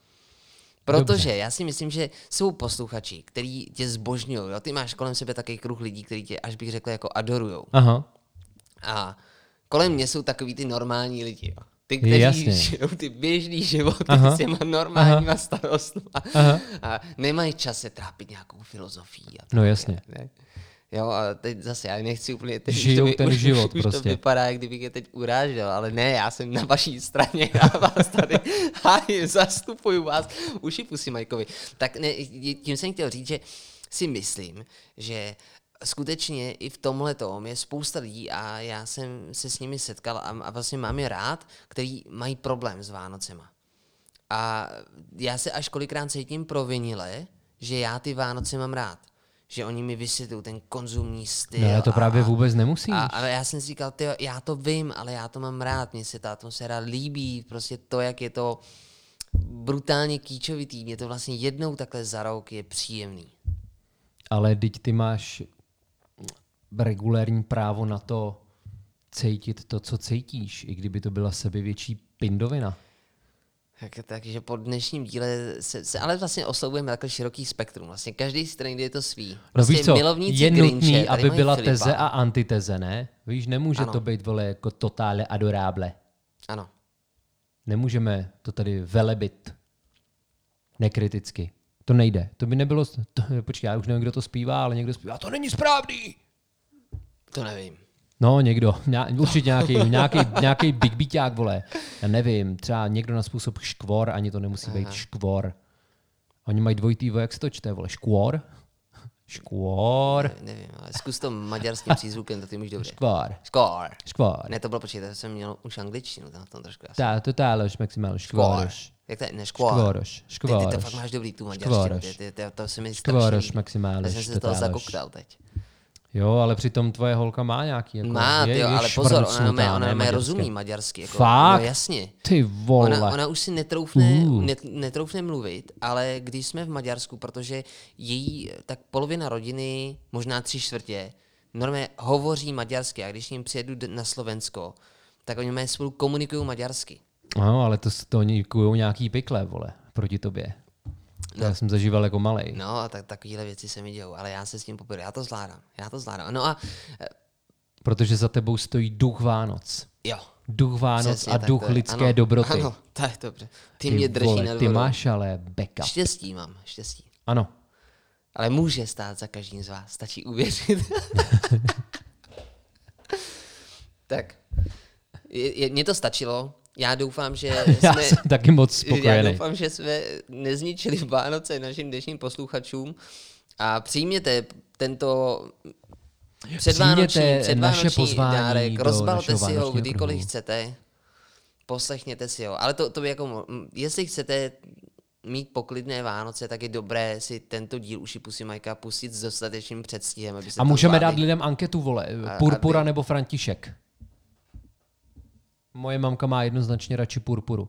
B: Protože Dobře. já si myslím, že jsou posluchači, kteří tě zbožňují. Ty máš kolem sebe takový kruh lidí, kteří tě, až bych řekl, jako adorujou.
A: Aha.
B: A kolem mě jsou takový ty normální lidi. Jo. Ty, kteří
A: Jasně.
B: žijou ty běžný životy
A: Aha.
B: s těma normálníma starostma
A: Aha.
B: a nemají čas se trápit nějakou filozofií. A tak,
A: No jasně.
B: Ne? Jo, a teď zase, já nechci úplně... Teď,
A: Žijou
B: už to,
A: ten
B: už,
A: život
B: už
A: prostě.
B: to vypadá, jak kdybych je teď urážel, ale ne, já jsem na vaší straně, já vás tady hájím, zastupuju vás, uši pusy Majkovi. Tak ne, tím jsem chtěl říct, že si myslím, že skutečně i v tomhle tom je spousta lidí a já jsem se s nimi setkal a, a vlastně mám je rád, který mají problém s Vánocema. A já se až kolikrát cítím provinile, že já ty Vánoce mám rád. Že oni mi vysvětlují ten konzumní styl.
A: No, ale to
B: a,
A: právě vůbec nemusíš.
B: A, a já jsem si říkal, tyjo, já to vím, ale já to mám rád, mně se ta atmosféra líbí, prostě to, jak je to brutálně kýčovitý, mě to vlastně jednou takhle za rok je příjemný.
A: Ale teď ty máš regulérní právo na to cítit to, co cítíš, i kdyby to byla sebevětší pindovina.
B: Tak, takže po dnešním díle se, se ale vlastně oslovujeme takhle široký spektrum. Vlastně každý z je to svý.
A: No
B: Vlastně
A: víš co,
B: milovníci
A: je
B: Grinche,
A: nutný,
B: tady
A: aby
B: mají
A: byla
B: Filipa.
A: teze a antiteze, ne? Víš, nemůže
B: Ano.
A: to být, vole, jako totále adoráble.
B: Ano.
A: Nemůžeme to tady velebit nekriticky. To nejde. To by nebylo... To, počkej, já už nevím, kdo to zpívá, ale někdo zpívá, to není správný.
B: To nevím.
A: No, někdo. Ně, určitě nějaký, nějaký, nějaký big beaták, vole. Já nevím, třeba někdo na způsob škvor, ani to nemusí
B: Aha.
A: být škvor. Oni mají dvojitý V, jak se to čte, vole? Škvor? Škvor.
B: Ne, nevím, ale zkus to maďarským přízvukem, to ty můžeš dobře.
A: Škvor.
B: Skor.
A: Škvor.
B: Ne, to bylo, počkej, to jsem měl už angličtinu, tam v tom trošku asi.
A: Tá, totálož, maximál, škvoroš.
B: Jak to je? Ne, škvor.
A: Škvoroš.
B: Ty, ty to
A: Škvoroš.
B: fakt máš dobrý tu maďarštinu,
A: Škvoroš.
B: ty, ty, ty, to se mi
A: Škvoroš,
B: strašně líbí.
A: maximálně.
B: Já jsem se z toho zakoktal teď.
A: Jo, ale přitom tvoje holka má nějaký. Jako,
B: Má,
A: je,
B: jo,
A: je
B: ale pozor, ona
A: švrncnutá,
B: na ona
A: ne,
B: mě
A: maďarsky.
B: rozumí maďarsky. Jako,
A: Fakt?
B: No jasně.
A: Ty vole.
B: Ona, ona už si netroufne,
A: Uh.
B: net, netroufne mluvit, ale když jsme v Maďarsku, protože její tak polovina rodiny, možná tři čtvrtě, normálně hovoří maďarsky a když jim přijedu d- na Slovensko, tak oni mají spolu komunikují maďarsky.
A: No, ale to, to oni kujou nějaký pikle, vole, proti tobě. To
B: No.
A: já jsem zažíval jako malej.
B: No a tak, takovéhle věci se mi dějou, ale já se s tím popiru, já to zvládám, já to zvládám. No a eh,
A: Protože za tebou stojí duch Vánoc.
B: jo.
A: Duch Vánoc
B: Přesně
A: a
B: tak
A: duch
B: to je.
A: lidské
B: Ano,
A: dobroty.
B: Ano, to je dobře. Ty, mě drží
A: vole,
B: nad
A: ty
B: vodou.
A: máš ale backup.
B: Štěstí mám, štěstí.
A: Ano.
B: Ale může stát za každým z vás, stačí uvěřit. Tak, je, je, mně to stačilo. Já doufám, že
A: Já
B: jsme...
A: jsem taky moc
B: Já
A: spokojený.
B: doufám, že jsme nezničili Vánoce našim dnešním posluchačům a přijměte tento předvánoční,
A: Přijměte naše
B: předvánoční
A: pozvání
B: dárek,
A: do
B: rozbalte
A: našeho
B: si ho
A: vánočního
B: kdykoliv
A: kruhu.
B: chcete, poslechněte si ho. Ale to, to by jako, jestli chcete mít poklidné Vánoce, tak je dobré si tento díl Uši pusy Majka pustit s dostatečným předstihem, aby se
A: A
B: to
A: můžeme
B: zvládli.
A: dát lidem anketu, vole.
B: A-
A: Purpura
B: aby-
A: nebo František. Moje mamka má jednoznačně radši purpuru.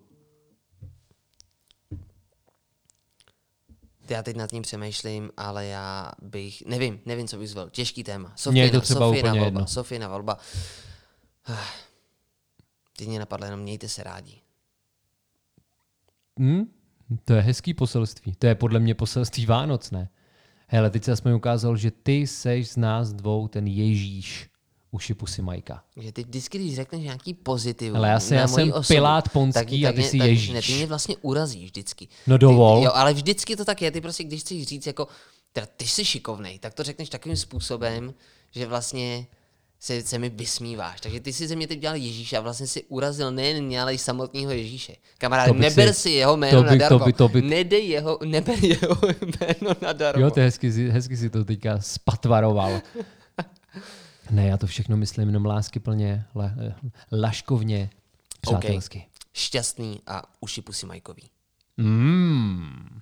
B: Já teď nad tím přemýšlím, ale já bych, nevím, nevím, co bych zvolil. Těžký téma.
A: Mně je to
B: Sofína,
A: třeba
B: Sofína
A: úplně
B: volba,
A: jedno.
B: Sofína volba. Teď mě napadlo jenom mějte se rádi.
A: Hmm? To je hezký poselství. To je podle mě poselství Vánoc, ne? Hele, teď se aspoň ukázal, že ty seš z nás dvou ten Ježíš uši pusy Majka.
B: Že ty vždycky, když řekneš nějaký pozitiv.
A: Ale já, se, já jsem
B: osobu,
A: Pilát Ponský
B: tak,
A: a
B: tak
A: ty
B: mě,
A: jsi
B: tak,
A: Ježíš.
B: Ne, ty mě vlastně urazíš vždycky.
A: No dovol.
B: Ty, jo, ale vždycky to tak je. Ty prostě, když chceš říct, jako, teda ty jsi šikovnej, tak to řekneš takovým způsobem, že vlastně se, se mi vysmíváš. Takže ty si ze mě teď dělal Ježíše a vlastně si urazil nejen mě, ale i samotného Ježíše. Kamarád, neber si, si jeho jméno
A: by,
B: na darmo.
A: To by, to by.
B: Nedej jeho, neber jeho jméno na darmo.
A: Jo, to je hezky, hezky si to teďka spatvaroval. Ne, já to všechno myslím jenom láskyplně, la, laškovně, přátelsky.
B: Okay. Šťastný a uši pusy Majkový.
A: Mm.